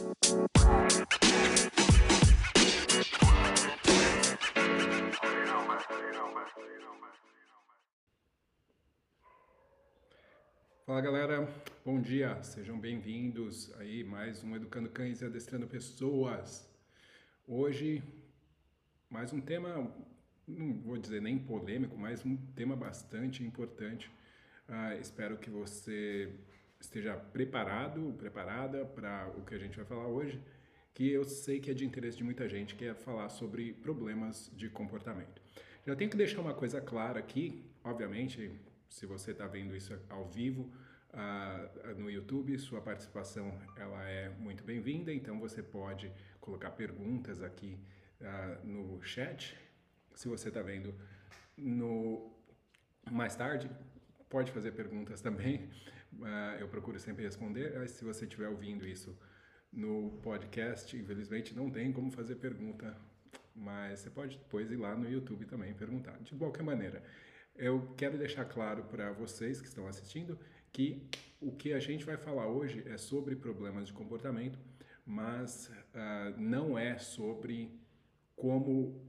Fala galera, bom dia, sejam bem-vindos aí mais um Educando Cães e Adestrando Pessoas. Hoje, mais um tema, não vou dizer nem polêmico, mas um tema bastante importante. Espero que você esteja preparada para o que a gente vai falar hoje, que eu sei que é de interesse de muita gente, que é falar sobre problemas de comportamento. Já tenho que deixar uma coisa clara aqui, obviamente, se você está vendo isso ao vivo no YouTube, sua participação ela é muito bem-vinda, então você pode colocar perguntas aqui no chat. Se você está vendo no mais tarde, pode fazer perguntas também, eu procuro sempre responder. Se você estiver ouvindo isso no podcast, infelizmente não tem como fazer pergunta, mas você pode depois ir lá no YouTube também perguntar. De qualquer maneira, eu quero deixar claro para vocês que estão assistindo que o que a gente vai falar hoje é sobre problemas de comportamento, mas não é sobre como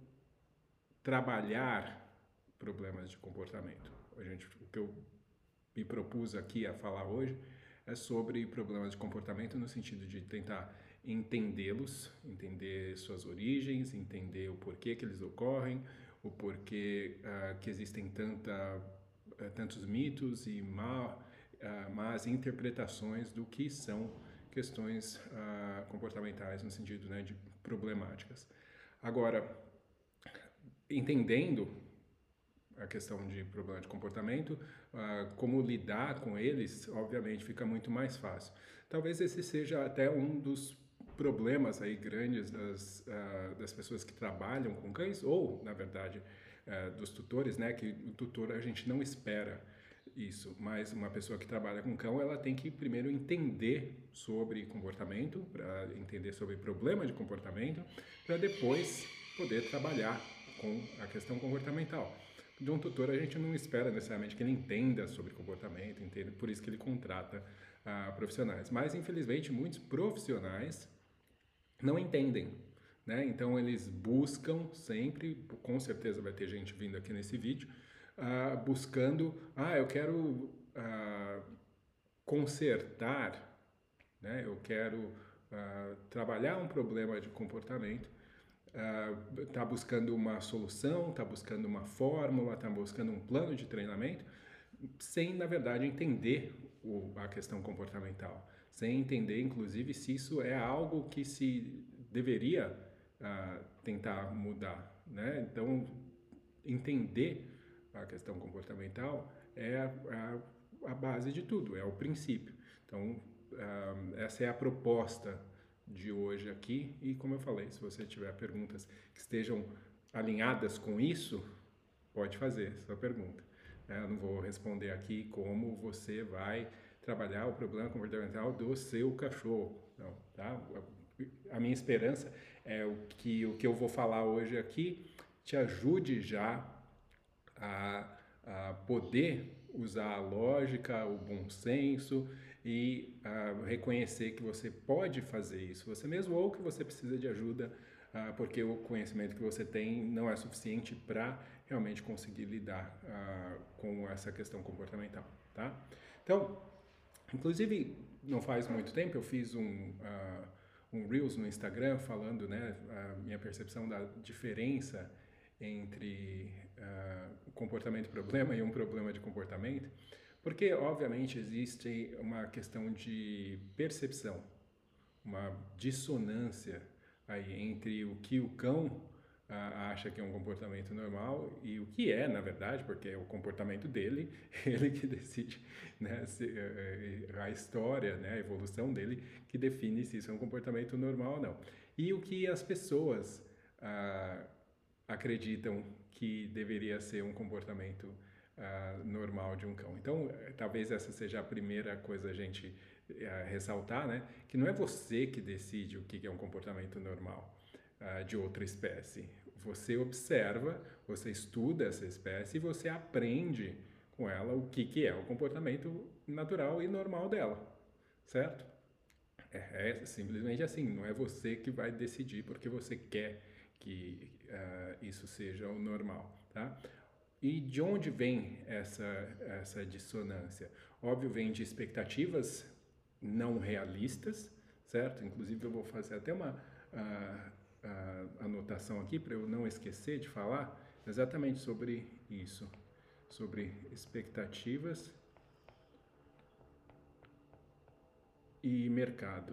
trabalhar problemas de comportamento. O que eu me propus aqui a falar hoje é sobre problemas de comportamento no sentido de tentar entendê-los, entender suas origens, entender o porquê que eles ocorrem, o porquê que existem tantos mitos e más interpretações do que são questões comportamentais no sentido, né, de problemáticas. Agora, entendendo a questão de problema de comportamento, como lidar com eles, obviamente fica muito mais fácil. Talvez esse seja até um dos problemas aí grandes das pessoas que trabalham com cães, ou, na verdade, dos tutores, né? Que o tutor a gente não espera isso, mas uma pessoa que trabalha com cão, ela tem que primeiro entender sobre comportamento, para entender sobre problema de comportamento, para depois poder trabalhar com a questão comportamental. De um tutor a gente não espera necessariamente que ele entenda sobre comportamento, entenda, por isso que ele contrata profissionais. Mas infelizmente muitos profissionais não entendem, né? Então eles buscam sempre, com certeza vai ter gente vindo aqui nesse vídeo, buscando, eu quero consertar, né? Eu quero trabalhar um problema de comportamento, está buscando uma solução, está buscando uma fórmula, está buscando um plano de treinamento, sem, na verdade, entender a questão comportamental, sem entender, inclusive, se isso é algo que se deveria tentar mudar, né? Então, entender a questão comportamental é a base de tudo, é o princípio. Então, essa é a proposta de hoje aqui, e como eu falei, se você tiver perguntas que estejam alinhadas com isso, pode fazer sua pergunta. Eu não vou responder aqui como você vai trabalhar o problema comportamental do seu cachorro, não, tá? A minha esperança é o que eu vou falar hoje aqui te ajude já a poder usar a lógica, o bom senso e reconhecer que você pode fazer isso você mesmo ou que você precisa de ajuda porque o conhecimento que você tem não é suficiente para realmente conseguir lidar com essa questão comportamental, tá? Então, inclusive, não faz muito tempo eu fiz um Reels no Instagram falando, né, a minha percepção da diferença entre um comportamento problema e um problema de comportamento, porque obviamente existe uma questão de percepção, uma dissonância aí entre o que o cão acha que é um comportamento normal e o que é, na verdade, porque é o comportamento dele, ele que decide, né, a história, né, a evolução dele que define se isso é um comportamento normal ou não. E o que as pessoas acreditam que deveria ser um comportamento normal de um cão. Então, talvez essa seja a primeira coisa a gente ressaltar, né? Que não é você que decide o que é um comportamento normal de outra espécie. Você observa, você estuda essa espécie e você aprende com ela o que é o comportamento natural e normal dela, certo? É simplesmente assim, não é você que vai decidir porque você quer que isso seja o normal, tá? E de onde vem essa dissonância? Óbvio, vem de expectativas não realistas, certo? Inclusive, eu vou fazer até uma anotação aqui para eu não esquecer de falar exatamente sobre isso, sobre expectativas e mercado.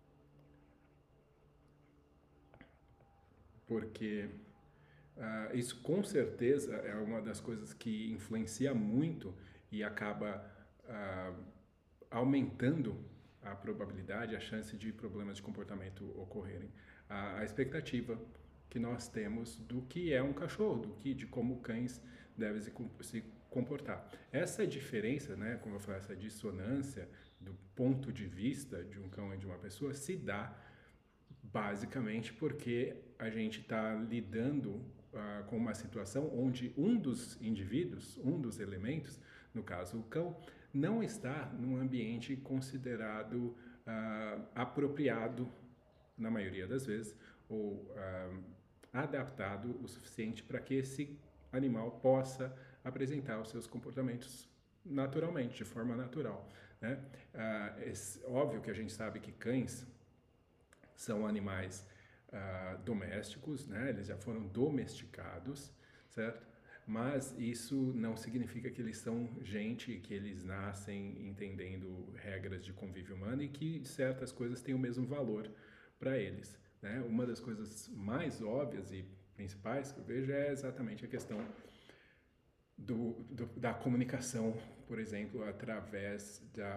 Porque isso com certeza é uma das coisas que influencia muito e acaba aumentando a probabilidade, a chance de problemas de comportamento ocorrerem. A expectativa que nós temos do que é um cachorro, de como cães devem se comportar. Essa diferença, né, como eu falei, essa dissonância do ponto de vista de um cão e de uma pessoa se dá basicamente porque a gente está lidando com uma situação onde um dos indivíduos, um dos elementos, no caso o cão, não está num ambiente considerado apropriado, na maioria das vezes, ou adaptado o suficiente para que esse animal possa apresentar os seus comportamentos naturalmente, de forma natural, né? Óbvio que a gente sabe que cães são animais domésticos, né? Eles já foram domesticados, certo? Mas isso não significa que eles são gente, que eles nascem entendendo regras de convívio humano e que certas coisas têm o mesmo valor para eles, né? Uma das coisas mais óbvias e principais que eu vejo é exatamente a questão da comunicação, por exemplo, através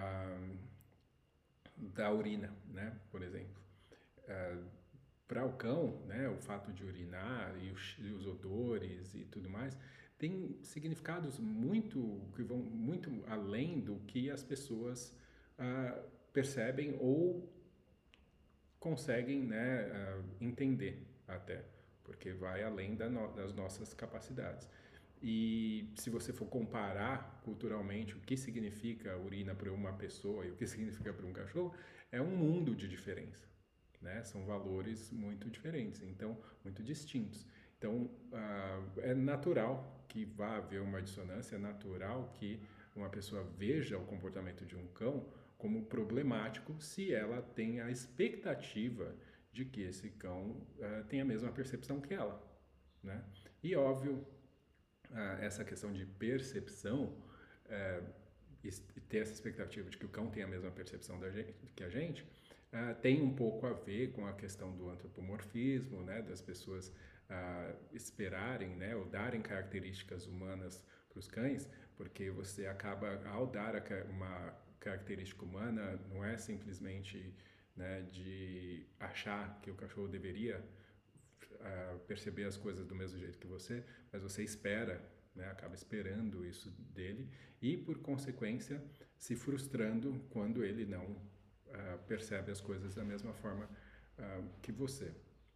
da urina, né? Por exemplo. Para o cão, né, o fato de urinar e os odores e tudo mais tem significados que vão muito além do que as pessoas percebem ou conseguem, né, entender até, porque vai além das nossas capacidades. E se você for comparar culturalmente o que significa urina para uma pessoa e o que significa para um cachorro, é um mundo de diferença. Né? São valores muito diferentes, então muito distintos. Então é natural que vá haver uma dissonância, é natural que uma pessoa veja o comportamento de um cão como problemático se ela tem a expectativa de que esse cão tenha a mesma percepção que ela, né? E óbvio, essa questão de percepção e ter essa expectativa de que o cão tenha a mesma percepção que a gente tem um pouco a ver com a questão do antropomorfismo, né, das pessoas esperarem, né, ou darem características humanas para os cães, porque você acaba, ao dar uma característica humana, não é simplesmente, né, de achar que o cachorro deveria perceber as coisas do mesmo jeito que você, mas você espera, né, acaba esperando isso dele e, por consequência, se frustrando quando ele não percebe as coisas da mesma forma que você.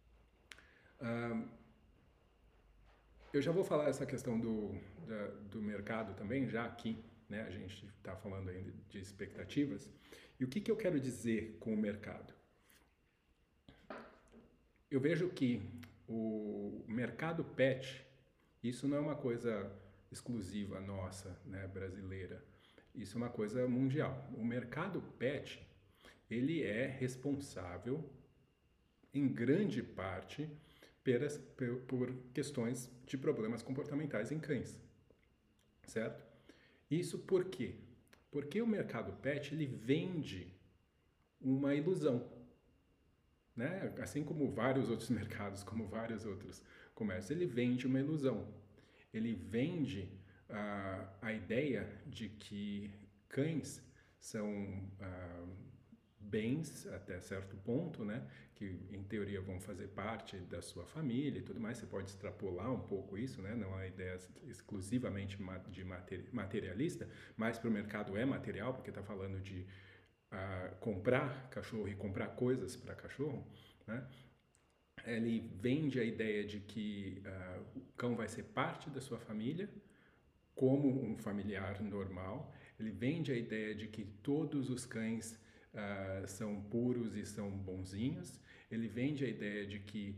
Eu já vou falar essa questão do mercado também, já aqui, né, a gente está falando ainda de expectativas. E o que eu quero dizer com o mercado? Eu vejo que o mercado pet, isso não é uma coisa exclusiva nossa, né, brasileira. Isso é uma coisa mundial. O mercado pet, ele é responsável, em grande parte, por questões de problemas comportamentais em cães, certo? Isso por quê? Porque o mercado pet, ele vende uma ilusão, né? Assim como vários outros mercados, como vários outros comércios, ele vende uma ilusão. Ele vende a ideia de que cães são bens até certo ponto, né? Que em teoria vão fazer parte da sua família e tudo mais. Você pode extrapolar um pouco isso, né? Não é uma ideia exclusivamente de materialista, mas para o mercado é material, porque está falando de comprar cachorro e comprar coisas para cachorro, né? Ele vende a ideia de que o cão vai ser parte da sua família, como um familiar normal. Ele vende a ideia de que todos os cães são puros e são bonzinhos. Ele vende a ideia de que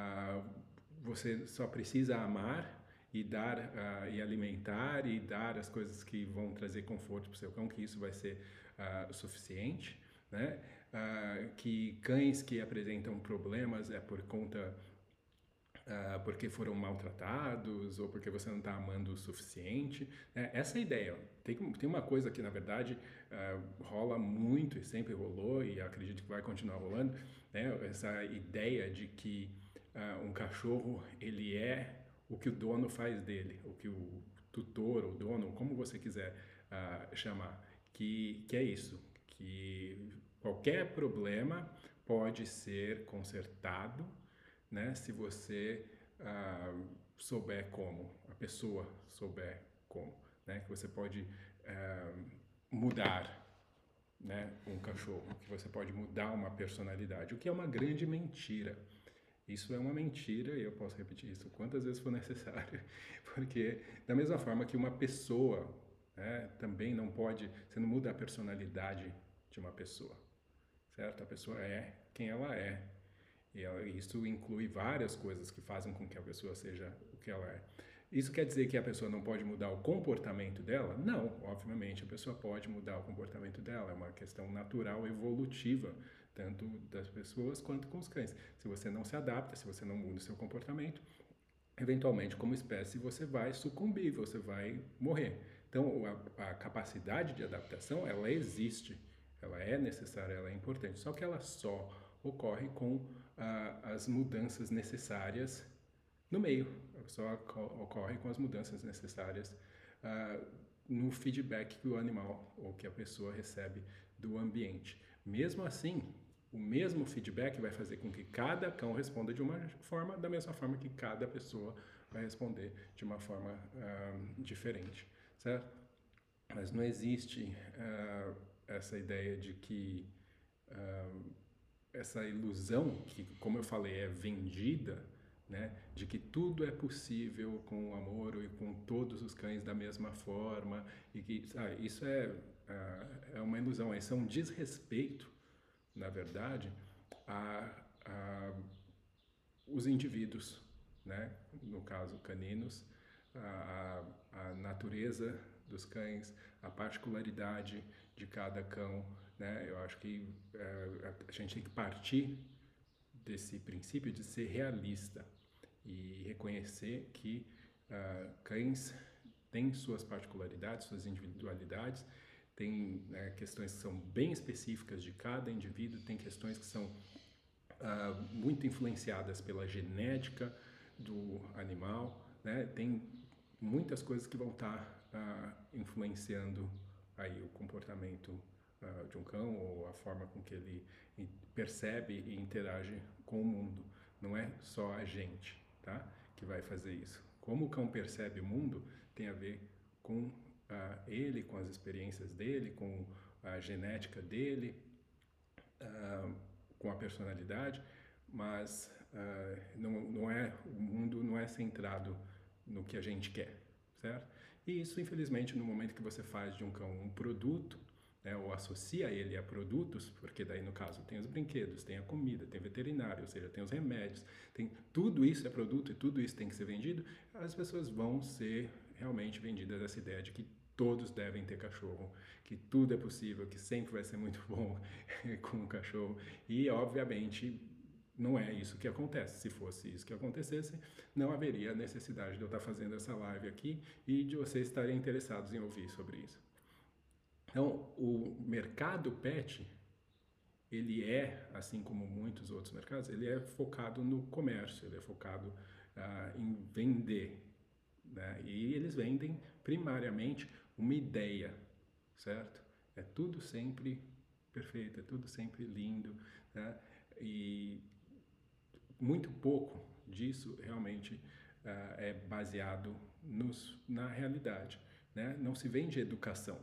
você só precisa amar e dar e alimentar e dar as coisas que vão trazer conforto para o seu cão, que isso vai ser o suficiente, né? Que cães que apresentam problemas é por conta porque foram maltratados ou porque você não está amando o suficiente. Né? Essa é a ideia. Tem uma coisa que, na verdade, rola muito e sempre rolou e acredito que vai continuar rolando, né? Essa ideia de que um cachorro, ele é o que o dono faz dele, o que o tutor, o dono, como você quiser chamar, que é isso, que qualquer problema pode ser consertado, né? Se você souber como, a pessoa souber como, né? Que você pode mudar, né? Um cachorro, que você pode mudar uma personalidade, o que é uma grande mentira. Isso é uma mentira e eu posso repetir isso quantas vezes for necessário, porque da mesma forma que uma pessoa, né, também não pode, você não muda a personalidade de uma pessoa, certo? A pessoa é quem ela é. E isso inclui várias coisas que fazem com que a pessoa seja o que ela é. Isso quer dizer que a pessoa não pode mudar o comportamento dela? Não, obviamente a pessoa pode mudar o comportamento dela, é uma questão natural, evolutiva, tanto das pessoas quanto com os cães. Se você não se adapta, se você não muda o seu comportamento, eventualmente como espécie você vai sucumbir, você vai morrer. Então a capacidade de adaptação, ela existe, ela é necessária, ela é importante, só que ela só ocorre com as mudanças necessárias no meio, só ocorre com as mudanças necessárias no feedback que o animal ou que a pessoa recebe do ambiente. Mesmo assim, o mesmo feedback vai fazer com que cada cão responda de uma forma, da mesma forma que cada pessoa vai responder de uma forma diferente, certo? Mas não existe essa ideia de que essa ilusão que, como eu falei, é vendida, né, de que tudo é possível com o amor e com todos os cães da mesma forma e que isso é uma ilusão, isso é um desrespeito, na verdade, a os indivíduos, né, no caso caninos, a natureza dos cães, a particularidade de cada cão, né? Eu acho que a gente tem que partir desse princípio de ser realista e reconhecer que cães têm suas particularidades, suas individualidades, tem questões que são bem específicas de cada indivíduo, tem questões que são muito influenciadas pela genética do animal, né? Tem muitas coisas que vão estar influenciando aí o comportamento de um cão ou a forma com que ele percebe e interage com o mundo. Não é só a gente, tá, que vai fazer isso. Como o cão percebe o mundo tem a ver com ele, com as experiências dele, com a genética dele, com a personalidade, mas não é, o mundo não é centrado no que a gente quer, certo? E isso, infelizmente, no momento que você faz de um cão um produto, né, ou associa ele a produtos, porque daí no caso tem os brinquedos, tem a comida, tem veterinário, ou seja, tem os remédios, tem tudo isso é produto e tudo isso tem que ser vendido, as pessoas vão ser realmente vendidas essa ideia de que todos devem ter cachorro, que tudo é possível, que sempre vai ser muito bom com o cachorro. E, obviamente, não é isso que acontece. Se fosse isso que acontecesse, não haveria necessidade de eu estar fazendo essa live aqui e de vocês estarem interessados em ouvir sobre isso. Então, o mercado pet, ele é, assim como muitos outros mercados, ele é focado no comércio, ele é focado em vender, né? E eles vendem primariamente uma ideia, certo? É tudo sempre perfeito, é tudo sempre lindo, né? E muito pouco disso realmente é baseado na realidade, né? Não se vende educação.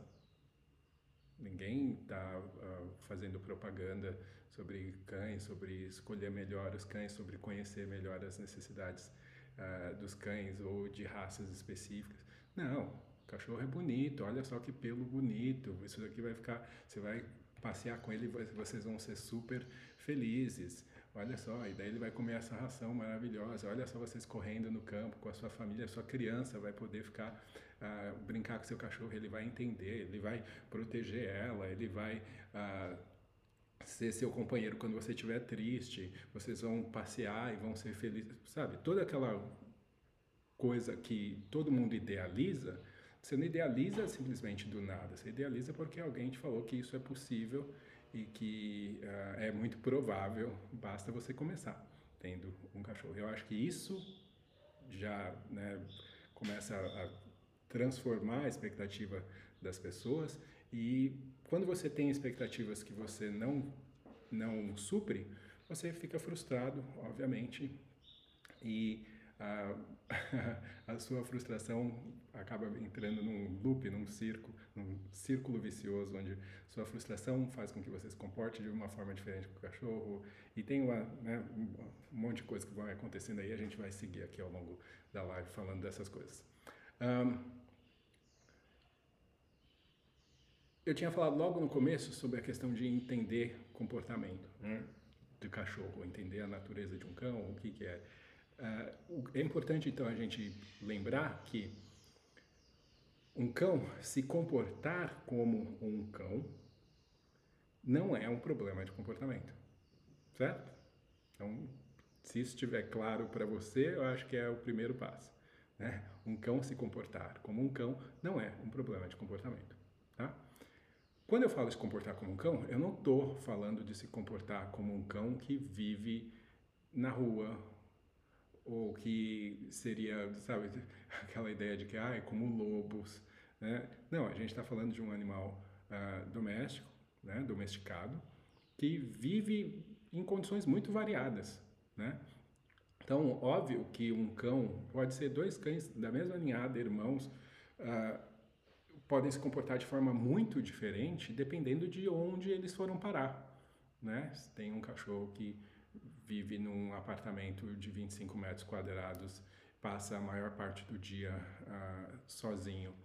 Ninguém está fazendo propaganda sobre cães, sobre escolher melhor os cães, sobre conhecer melhor as necessidades dos cães ou de raças específicas. Não, o cachorro é bonito, olha só que pelo bonito, isso daqui vai ficar, você vai passear com ele, vocês vão ser super felizes. Olha só, e daí ele vai comer essa ração maravilhosa. Olha só vocês correndo no campo com a sua família, a sua criança vai poder ficar, brincar com seu cachorro, ele vai entender, ele vai proteger ela, ele vai ser seu companheiro quando você estiver triste. Vocês vão passear e vão ser felizes, sabe? Toda aquela coisa que todo mundo idealiza, você não idealiza simplesmente do nada, você idealiza porque alguém te falou que isso é possível e que é muito provável, basta você começar tendo um cachorro. Eu acho que isso já, né, começa a transformar a expectativa das pessoas, e quando você tem expectativas que você não supre, você fica frustrado, obviamente, e a, a sua frustração acaba entrando num loop, num círculo vicioso, onde sua frustração faz com que você se comporte de uma forma diferente com o cachorro, e tem né, um monte de coisas que vão acontecendo aí, a gente vai seguir aqui ao longo da live falando dessas coisas. Eu tinha falado logo no começo sobre a questão de entender comportamento, né, do cachorro, entender a natureza de um cão, o que é. É importante, então, a gente lembrar que um cão se comportar como um cão não é um problema de comportamento, certo? Então, se isso estiver claro para você, eu acho que é o primeiro passo, né? Um cão se comportar como um cão não é um problema de comportamento, tá? Quando eu falo de se comportar como um cão, eu não estou falando de se comportar como um cão que vive na rua, ou que seria, sabe, aquela ideia de que é como lobos, né? Não, a gente está falando de um animal doméstico, né, domesticado, que vive em condições muito variadas, né? Então, óbvio que um cão pode ser dois cães da mesma ninhada, irmãos, podem se comportar de forma muito diferente dependendo de onde eles foram parar, né? Se tem um cachorro que vive num apartamento de 25 metros quadrados, passa a maior parte do dia sozinho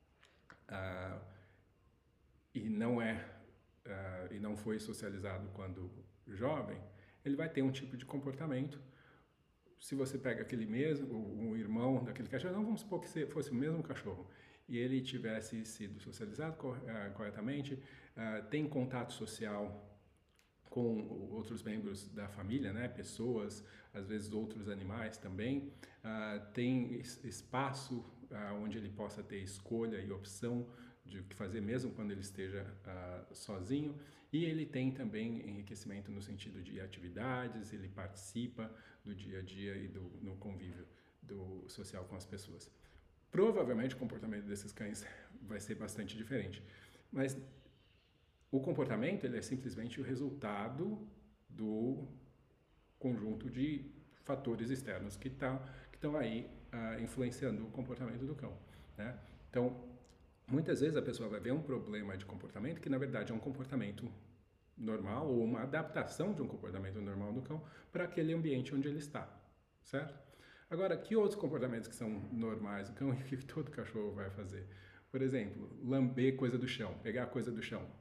e não foi socializado quando jovem, ele vai ter um tipo de comportamento. Se você pega aquele mesmo, um irmão daquele cachorro, não vamos supor que fosse o mesmo cachorro, e ele tivesse sido socializado corretamente, tem contato social com outros membros da família, né? Pessoas, às vezes outros animais também, tem espaço onde ele possa ter escolha e opção de o que fazer mesmo quando ele esteja sozinho, e ele tem também enriquecimento no sentido de atividades, ele participa do dia a dia e no convívio social com as pessoas. Provavelmente o comportamento desses cães vai ser bastante diferente, mas o comportamento ele é simplesmente o resultado do conjunto de fatores externos que estão aí influenciando o comportamento do cão, né? Então, muitas vezes a pessoa vai ver um problema de comportamento que na verdade é um comportamento normal ou uma adaptação de um comportamento normal do cão para aquele ambiente onde ele está, certo? Agora, que outros comportamentos que são normais do cão e que todo cachorro vai fazer? Por exemplo, lamber coisa do chão, pegar coisa do chão.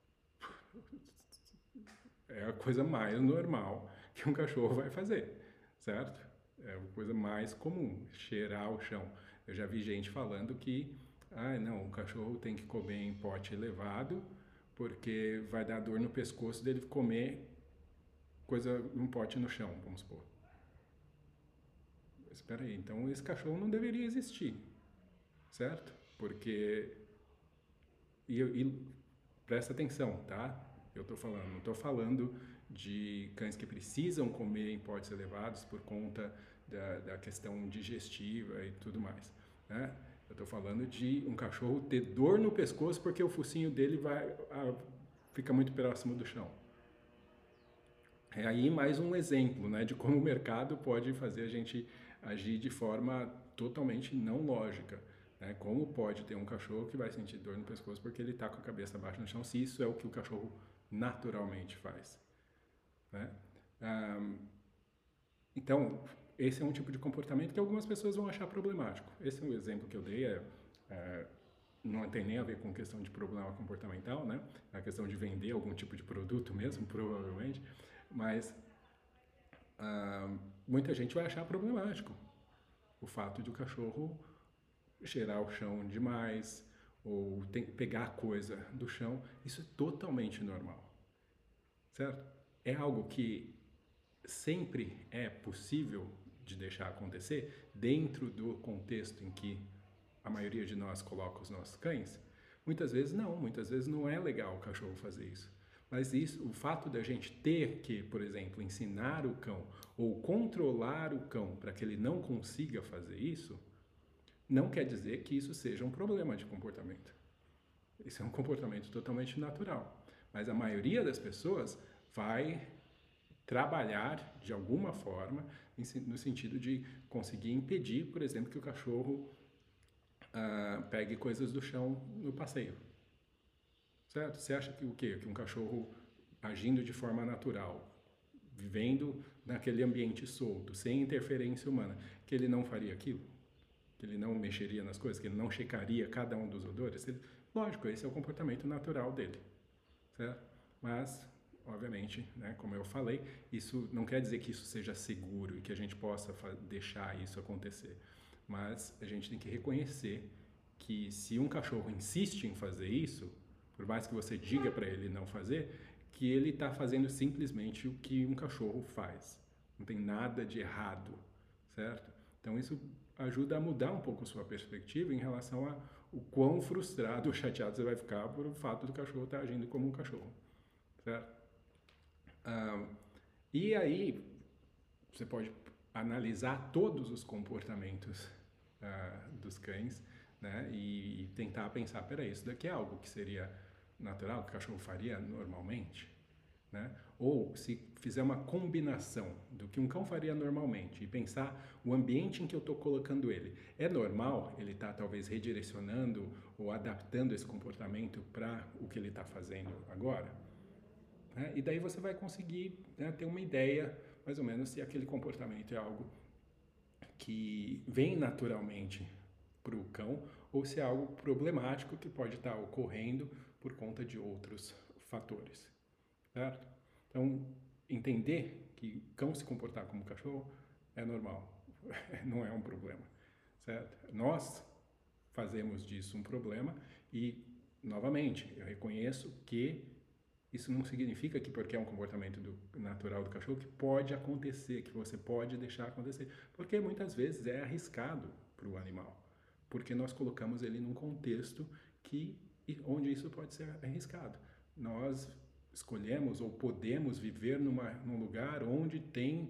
É a coisa mais normal que um cachorro vai fazer, certo? É a coisa mais comum, cheirar o chão. Eu já vi gente falando que, não, o cachorro tem que comer em pote elevado porque vai dar dor no pescoço dele comer coisa num pote no chão, vamos supor. Espera aí, então esse cachorro não deveria existir, certo? Porque e presta atenção, tá? Não estou falando de cães que precisam comer em potes elevados por conta da questão digestiva e tudo mais, né? Eu estou falando de um cachorro ter dor no pescoço porque o focinho dele fica muito próximo do chão. É aí mais um exemplo, né, de como o mercado pode fazer a gente agir de forma totalmente não lógica. Né? Como pode ter um cachorro que vai sentir dor no pescoço porque ele está com a cabeça abaixo no chão, se isso é o que o cachorro naturalmente faz. Né? Então, esse é um tipo de comportamento que algumas pessoas vão achar problemático. Esse é um exemplo que eu dei, não tem nem a ver com questão de problema comportamental, né? A questão de vender algum tipo de produto mesmo, provavelmente, mas muita gente vai achar problemático o fato de o cachorro cheirar o chão demais ou pegar coisa do chão. Isso é totalmente normal, certo? É algo que sempre é possível de deixar acontecer dentro do contexto em que a maioria de nós coloca os nossos cães. Muitas vezes não é legal o cachorro fazer isso. Mas isso, o fato da gente ter que, por exemplo, ensinar o cão ou controlar o cão para que ele não consiga fazer isso, não quer dizer que isso seja um problema de comportamento. Isso é um comportamento totalmente natural. Mas a maioria das pessoas vai trabalhar de alguma forma no sentido de conseguir impedir, por exemplo, que o cachorro pegue coisas do chão no passeio. Certo? Você acha que o quê? Que um cachorro agindo de forma natural, vivendo naquele ambiente solto, sem interferência humana, que ele não faria aquilo? Que ele não mexeria nas coisas? Que ele não checaria cada um dos odores? Lógico, esse é o comportamento natural dele. Certo? Mas, obviamente, né, como eu falei, isso não quer dizer que isso seja seguro e que a gente possa deixar isso acontecer. Mas a gente tem que reconhecer que se um cachorro insiste em fazer isso, por mais que você diga para ele não fazer, que ele está fazendo simplesmente o que um cachorro faz. Não tem nada de errado, certo? Então isso ajuda a mudar um pouco a sua perspectiva em relação a o quão frustrado ou chateado você vai ficar por o fato do cachorro estar agindo como um cachorro, certo? E aí você pode analisar todos os comportamentos dos cães, né? E tentar pensar, peraí, isso daqui é algo que seria natural, que o cachorro faria normalmente, né? Ou se fizer uma combinação do que um cão faria normalmente e pensar o ambiente em que eu estou colocando ele. É normal ele estar talvez redirecionando ou adaptando esse comportamento para o que ele está fazendo agora? Né? E daí você vai conseguir, né, ter uma ideia mais ou menos se aquele comportamento é algo que vem naturalmente para o cão ou se é algo problemático que pode estar ocorrendo por conta de outros fatores, certo? Então, entender que cão se comportar como cachorro é normal, não é um problema, certo? Nós fazemos disso um problema e, novamente, eu reconheço que isso não significa que porque é um comportamento natural do cachorro que pode acontecer, que você pode deixar acontecer, porque muitas vezes é arriscado para o animal, porque nós colocamos ele num contexto onde isso pode ser arriscado. Nós escolhemos ou podemos viver num lugar onde tem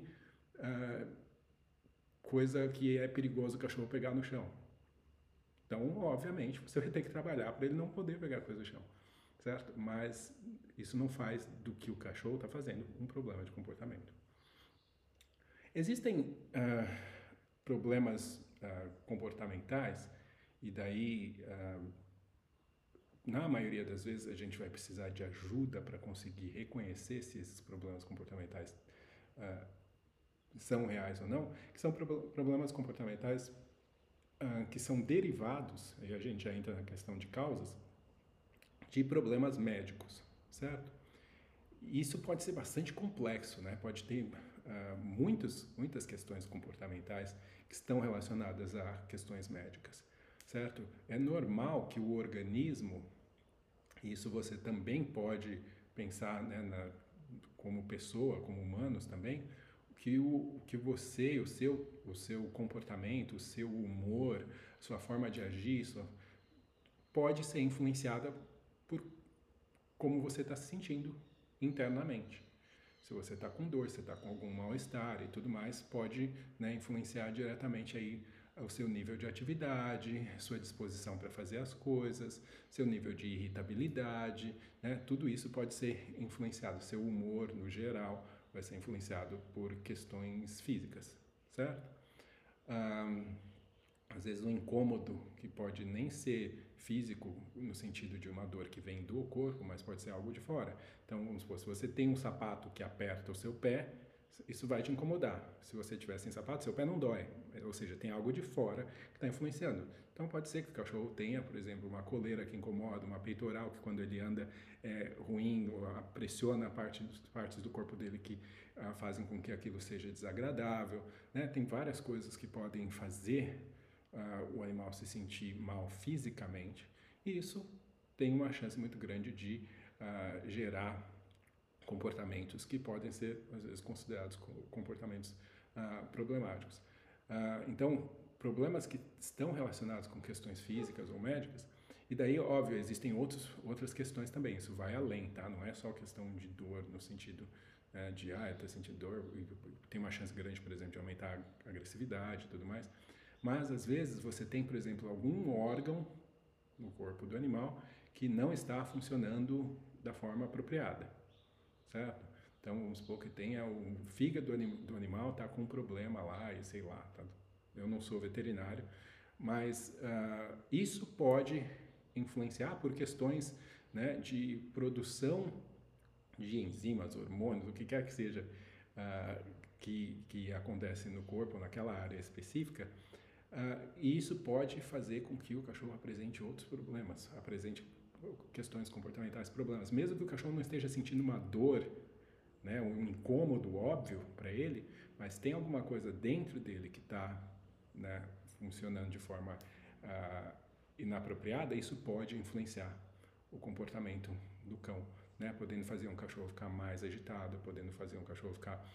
coisa que é perigoso o cachorro pegar no chão. Então, obviamente, você vai ter que trabalhar para ele não poder pegar coisa no chão, certo? Mas isso não faz do que o cachorro está fazendo um problema de comportamento. Existem problemas comportamentais e daí na maioria das vezes a gente vai precisar de ajuda para conseguir reconhecer se esses problemas comportamentais são reais ou não, que são problemas comportamentais que são derivados, e a gente já entra na questão de causas, de problemas médicos, certo? Isso pode ser bastante complexo, né? Pode ter muitas questões comportamentais que estão relacionadas a questões médicas, certo? É normal que o organismo, isso você também pode pensar, né, como pessoa, como humanos também, que você, o seu comportamento, o seu humor, sua forma de agir, pode ser influenciada por como você está se sentindo internamente. Se você está com dor, se está com algum mal-estar e tudo mais, pode, né, influenciar diretamente aí o seu nível de atividade, sua disposição para fazer as coisas, seu nível de irritabilidade, né? Tudo isso pode ser influenciado, seu humor no geral vai ser influenciado por questões físicas, certo? Às vezes um incômodo que pode nem ser físico no sentido de uma dor que vem do corpo, mas pode ser algo de fora. Então, vamos supor, se você tem um sapato que aperta o seu pé, isso vai te incomodar. Se você estiver sem sapato, seu pé não dói, ou seja, tem algo de fora que está influenciando. Então pode ser que o cachorro tenha, por exemplo, uma coleira que incomoda, uma peitoral que quando ele anda é ruim, ou pressiona partes do corpo dele que fazem com que aquilo seja desagradável, né? Tem várias coisas que podem fazer o animal se sentir mal fisicamente, e isso tem uma chance muito grande de gerar comportamentos que podem ser, às vezes, considerados comportamentos problemáticos. Então, problemas que estão relacionados com questões físicas ou médicas, e daí, óbvio, existem outras questões também, isso vai além, tá? Não é só questão de dor no sentido de, eu tô sentindo dor, tem uma chance grande, por exemplo, de aumentar a agressividade e tudo mais, mas, às vezes, você tem, por exemplo, algum órgão no corpo do animal que não está funcionando da forma apropriada, certo? Então, vamos supor que tenha o fígado do animal está com um problema lá, e sei lá, tá? Eu não sou veterinário, mas isso pode influenciar por questões, né, de produção de enzimas, hormônios, o que quer que seja que acontece no corpo, naquela área específica, e isso pode fazer com que o cachorro apresente outros problemas, apresente questões comportamentais, problemas. Mesmo que o cachorro não esteja sentindo uma dor, né, um incômodo óbvio para ele, mas tem alguma coisa dentro dele que está, né, funcionando de forma inapropriada, isso pode influenciar o comportamento do cão, né, podendo fazer um cachorro ficar mais agitado, podendo fazer um cachorro ficar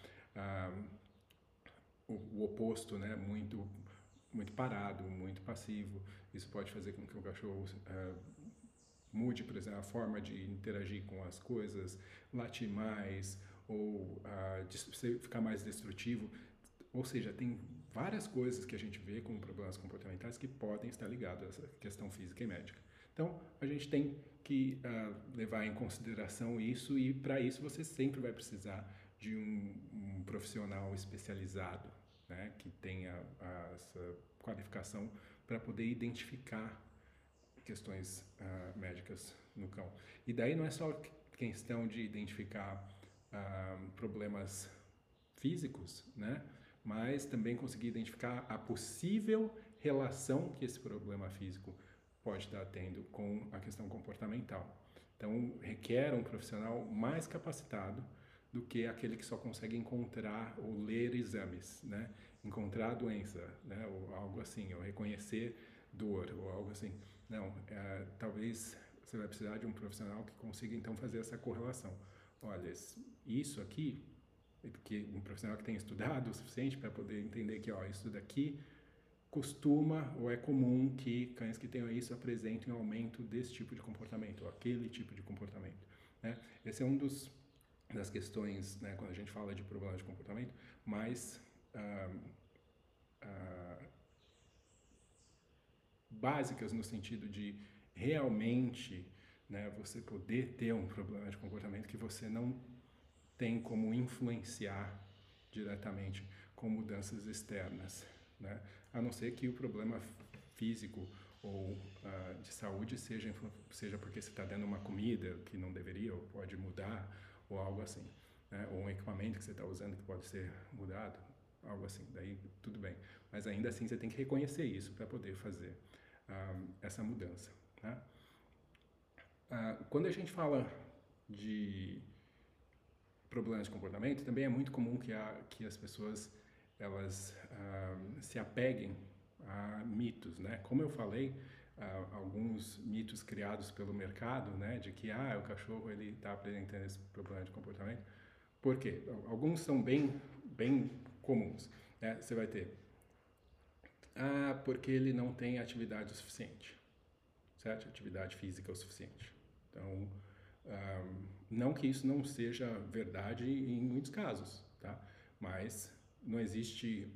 o oposto, né, muito parado, muito passivo. Isso pode fazer com que o cachorro mude, por exemplo, a forma de interagir com as coisas, latir mais ou ficar mais destrutivo. Ou seja, tem várias coisas que a gente vê como problemas comportamentais que podem estar ligados a essa questão física e médica. Então, a gente tem que levar em consideração isso, e para isso você sempre vai precisar de um profissional especializado, né, que tenha essa qualificação para poder identificar questões médicas no cão. E daí não é só questão de identificar problemas físicos, né, mas também conseguir identificar a possível relação que esse problema físico pode estar tendo com a questão comportamental. Então, requer um profissional mais capacitado do que aquele que só consegue encontrar ou ler exames, né? Encontrar a doença, né? Ou algo assim, ou reconhecer dor, ou algo assim. Não, talvez você vai precisar de um profissional que consiga, então, fazer essa correlação. Olha, isso aqui, porque um profissional que tenha estudado o suficiente para poder entender que, isso daqui costuma ou é comum que cães que tenham isso apresentem um aumento desse tipo de comportamento, ou aquele tipo de comportamento, né? Esse é das questões, né, quando a gente fala de problemas de comportamento, mais básicas no sentido de realmente, né, você poder ter um problema de comportamento que você não tem como influenciar diretamente com mudanças externas, né? A não ser que o problema físico ou de saúde seja porque você está dando uma comida que não deveria ou pode mudar, ou algo assim, né? Ou um equipamento que você está usando que pode ser mudado, algo assim, daí tudo bem. Mas ainda assim você tem que reconhecer isso para poder fazer essa mudança, né? Quando a gente fala de problemas de comportamento, também é muito comum que as pessoas elas se apeguem a mitos, né? Como eu falei, alguns mitos criados pelo mercado, né, de que o cachorro ele está apresentando esse problema de comportamento. Por quê? Alguns são bem comuns, né? Você vai ter porque ele não tem atividade o suficiente, certo? Atividade física o suficiente. Então, não que isso não seja verdade em muitos casos, tá? Mas não existe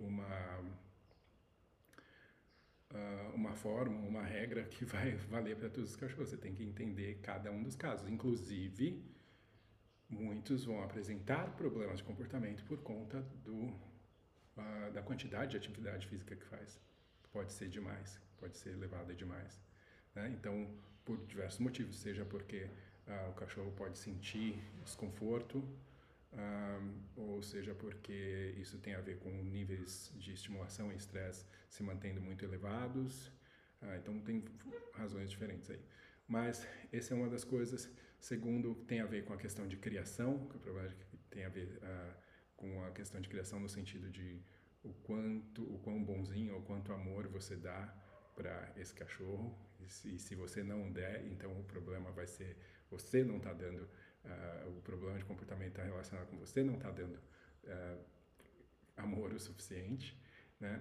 uma forma, uma regra que vai valer para todos os cachorros. Você tem que entender cada um dos casos. Inclusive, muitos vão apresentar problemas de comportamento por conta da quantidade de atividade física que faz. Pode ser demais, pode ser elevada demais, né? Então, por diversos motivos, seja porque o cachorro pode sentir desconforto ou seja porque isso tem a ver com níveis de estimulação e estresse se mantendo muito elevados. Então tem razões diferentes aí. Mas essa é uma das coisas. Segundo, tem a ver com a questão de criação, que provavelmente tem a ver com a questão de criação no sentido de o quão bonzinho, o quanto amor você dá para esse cachorro. E se você não der, então o problema vai ser você não está dando. O problema de comportamento está relacionado com você não está dando amor o suficiente, né?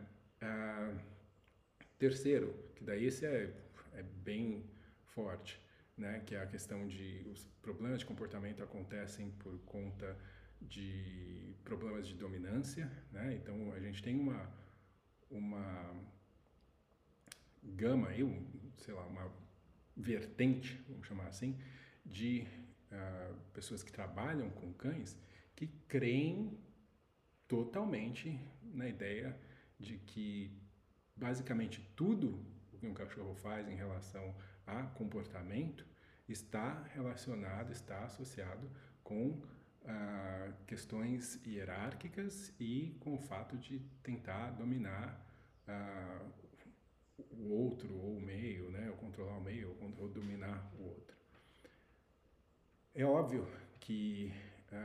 Terceiro, que daí esse é bem forte, né? Que é a questão de os problemas de comportamento acontecem por conta de problemas de dominância, né? Então a gente tem uma gama aí, sei lá, uma vertente, vamos chamar assim, de pessoas que trabalham com cães que creem totalmente na ideia de que basicamente tudo o que um cachorro faz em relação a comportamento está relacionado, está associado com questões hierárquicas e com o fato de tentar dominar o outro ou o meio, né, ou controlar o meio ou dominar o outro. É óbvio que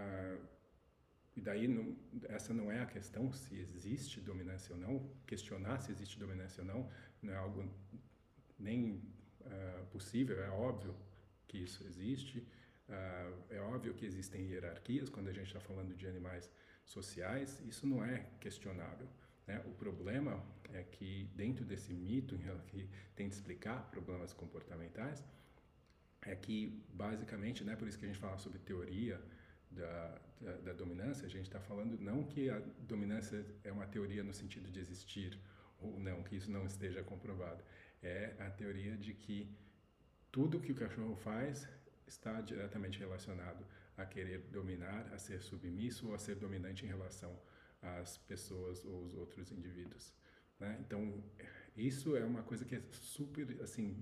e daí essa não é a questão se existe dominância ou não. Questionar se existe dominância ou não é algo nem possível. É óbvio que isso existe. É óbvio que existem hierarquias quando a gente está falando de animais sociais. Isso não é questionável, né? O problema é que dentro desse mito que tenta explicar problemas comportamentais é que basicamente, né, por isso que a gente fala sobre teoria da dominância, a gente está falando não que a dominância é uma teoria no sentido de existir ou não, que isso não esteja comprovado. É a teoria de que tudo que o cachorro faz está diretamente relacionado a querer dominar, a ser submisso ou a ser dominante em relação às pessoas ou aos outros indivíduos, né? Então, isso é uma coisa que é super, assim,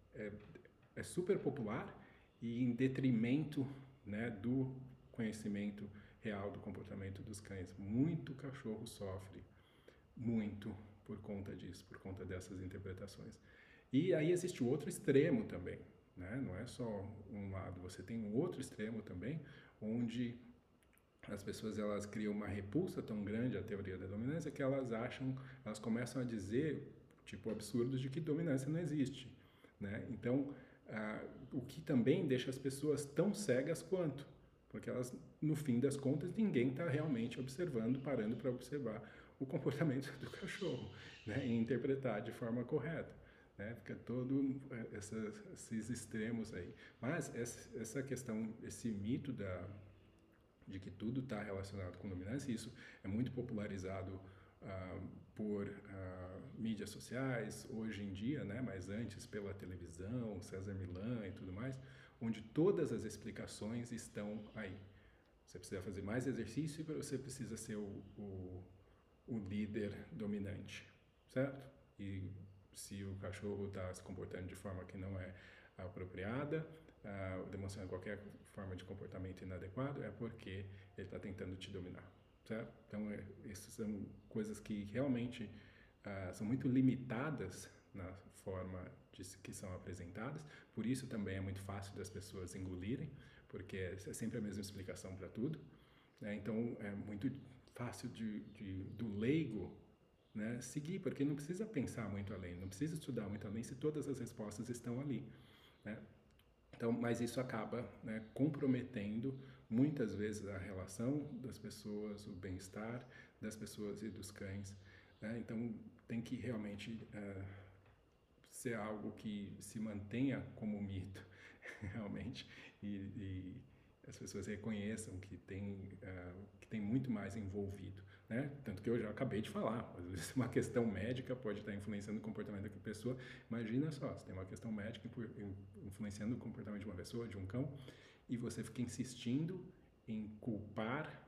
é super popular e em detrimento, né, do conhecimento real do comportamento dos cães. Muito cachorro sofre, muito por conta disso, por conta dessas interpretações. E aí existe o outro extremo também, né? Não é só um lado, você tem um outro extremo também, onde as pessoas elas criam uma repulsa tão grande à teoria da dominância que elas começam a dizer, tipo, absurdos de que dominância não existe, né? Então, o que também deixa as pessoas tão cegas quanto, porque elas, no fim das contas, ninguém está realmente observando, parando para observar o comportamento do cachorro, né? E interpretar de forma correta, né? Fica todo esses extremos aí. Mas essa questão, esse mito de que tudo está relacionado com dominância, isso é muito popularizado por mídias sociais, hoje em dia, né, mas antes pela televisão, César Millan e tudo mais, onde todas as explicações estão aí. Você precisa fazer mais exercício e você precisa ser o líder dominante, certo? E se o cachorro está se comportando de forma que não é apropriada, demonstrando qualquer forma de comportamento inadequado, é porque ele está tentando te dominar, certo? Então, essas são coisas que realmente são muito limitadas na forma que são apresentadas, por isso também é muito fácil das pessoas engolirem, porque é sempre a mesma explicação para tudo, né? Então, é muito fácil do leigo, né, seguir, porque não precisa pensar muito além, não precisa estudar muito além se todas as respostas estão ali, né? Então, mas isso acaba, né, comprometendo muitas vezes a relação das pessoas, o bem-estar das pessoas e dos cães, né? Então tem que realmente ser algo que se mantenha como mito, realmente, e as pessoas reconheçam que tem muito mais envolvido, né? Tanto que eu já acabei de falar, às vezes uma questão médica pode estar influenciando o comportamento da pessoa. Imagina só, você tem uma questão médica influenciando o comportamento de uma pessoa, de um cão, e você fica insistindo em culpar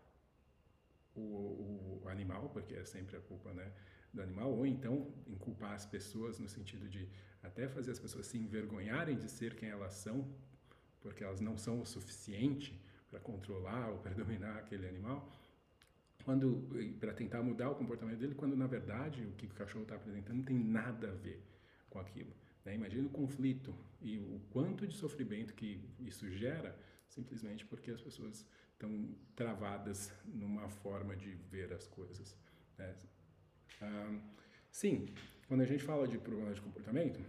o animal, porque é sempre a culpa, né, do animal, ou então em culpar as pessoas no sentido de até fazer as pessoas se envergonharem de ser quem elas são, porque elas não são o suficiente para controlar ou para dominar aquele animal, para tentar mudar o comportamento dele, quando na verdade o que o cachorro está apresentando não tem nada a ver com aquilo. Né? Imagina o conflito e o quanto de sofrimento que isso gera, simplesmente porque as pessoas estão travadas numa forma de ver as coisas. Né? Sim, quando a gente fala de problemas de comportamento,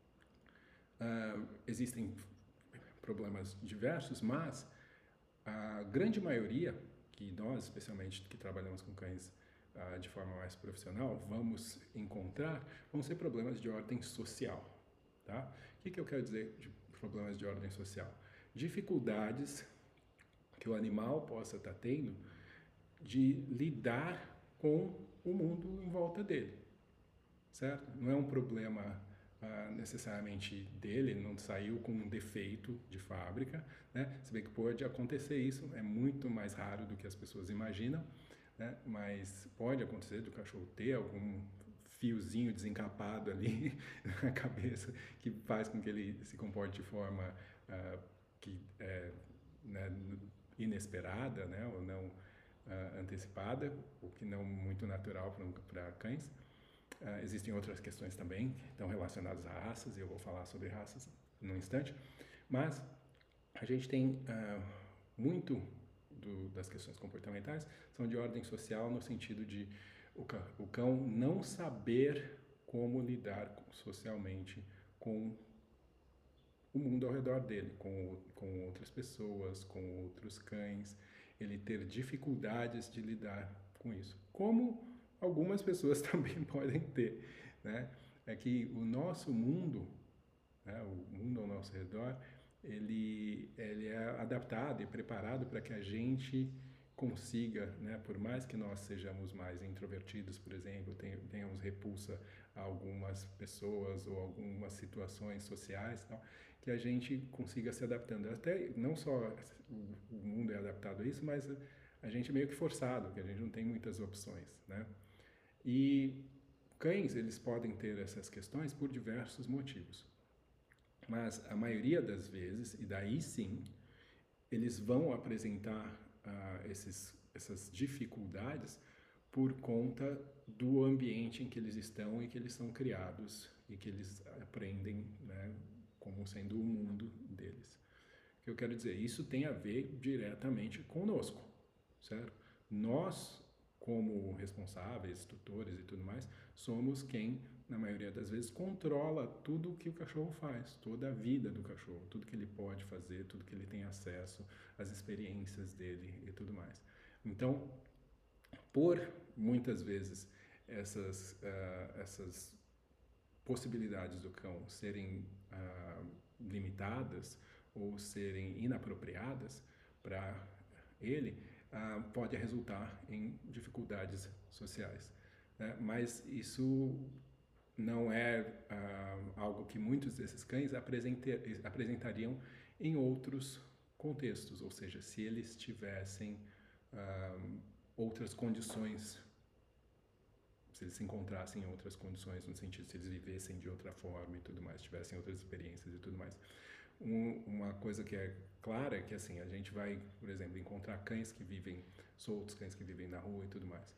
existem problemas diversos, mas a grande maioria, que nós, especialmente que trabalhamos com cães de forma mais profissional, vamos encontrar, vão ser problemas de ordem social. Tá? O que eu quero dizer de problemas de ordem social? Dificuldades que o animal possa estar tendo de lidar com o mundo em volta dele, certo? Não é um problema necessariamente dele, ele não saiu com um defeito de fábrica, né? Se bem que pode acontecer isso, é muito mais raro do que as pessoas imaginam, né? Mas pode acontecer do cachorro ter algum fiozinho desencapado ali na cabeça que faz com que ele se comporte de forma que é, né, inesperada, né? Ou não antecipada, o que não muito natural para cães. Existem outras questões também que estão relacionadas a raças, e eu vou falar sobre raças num instante, mas a gente tem muito das questões comportamentais são de ordem social, no sentido de o cão não saber como lidar socialmente com o mundo ao redor dele, com outras pessoas, com outros cães, ele ter dificuldades de lidar com isso. Como algumas pessoas também podem ter, né? É que o nosso mundo, né, o mundo ao nosso redor, ele é adaptado e preparado para que a gente consiga, né, por mais que nós sejamos mais introvertidos, por exemplo, tenhamos repulsa a algumas pessoas ou algumas situações sociais, tal, que a gente consiga se adaptando. Até não só o mundo é adaptado a isso, mas a gente é meio que forçado, que a gente não tem muitas opções, né? E cães, eles podem ter essas questões por diversos motivos. Mas a maioria das vezes, e daí sim, eles vão apresentar essas dificuldades por conta do ambiente em que eles estão e que eles são criados e que eles aprendem, né, como sendo o mundo deles. O que eu quero dizer? Isso tem a ver diretamente conosco, certo? Nós, como responsáveis, tutores e tudo mais, somos quem, na maioria das vezes, controla tudo o que o cachorro faz, toda a vida do cachorro, tudo que ele pode fazer, tudo que ele tem acesso, as experiências dele e tudo mais. Então, por muitas vezes essas possibilidades do cão serem limitadas ou serem inapropriadas para ele, pode resultar em dificuldades sociais. Né? Mas isso não é algo que muitos desses cães apresentariam em outros contextos, ou seja, se eles tivessem outras condições, se eles se encontrassem em outras condições, no sentido se eles vivessem de outra forma e tudo mais, tivessem outras experiências e tudo mais. Uma coisa que é clara é que assim, a gente vai, por exemplo, encontrar cães que vivem soltos, cães que vivem na rua e tudo mais.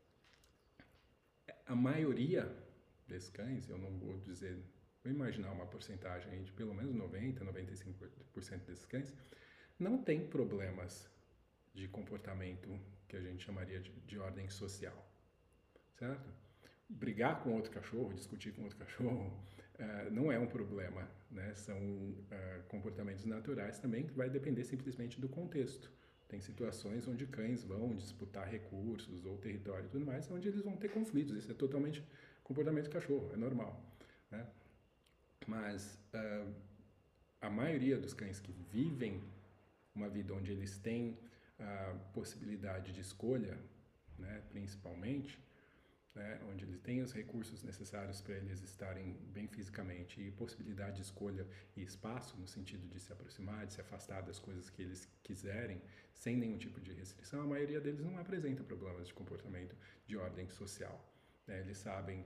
A maioria desses cães, eu não vou dizer, vou imaginar uma porcentagem de pelo menos 90, 95% desses cães, não tem problemas de comportamento que a gente chamaria de ordem social, certo? Brigar com outro cachorro, discutir com outro cachorro, não é um problema, né? São comportamentos naturais também, que vai depender simplesmente do contexto. Tem situações onde cães vão disputar recursos ou território e tudo mais, onde eles vão ter conflitos. Isso é totalmente comportamento de cachorro, é normal, né? Mas a maioria dos cães que vivem uma vida onde eles têm a possibilidade de escolha, né, principalmente, né, onde eles têm os recursos necessários para eles estarem bem fisicamente e possibilidade de escolha e espaço no sentido de se aproximar, de se afastar das coisas que eles quiserem, sem nenhum tipo de restrição, a maioria deles não apresenta problemas de comportamento de ordem social. Né? Eles sabem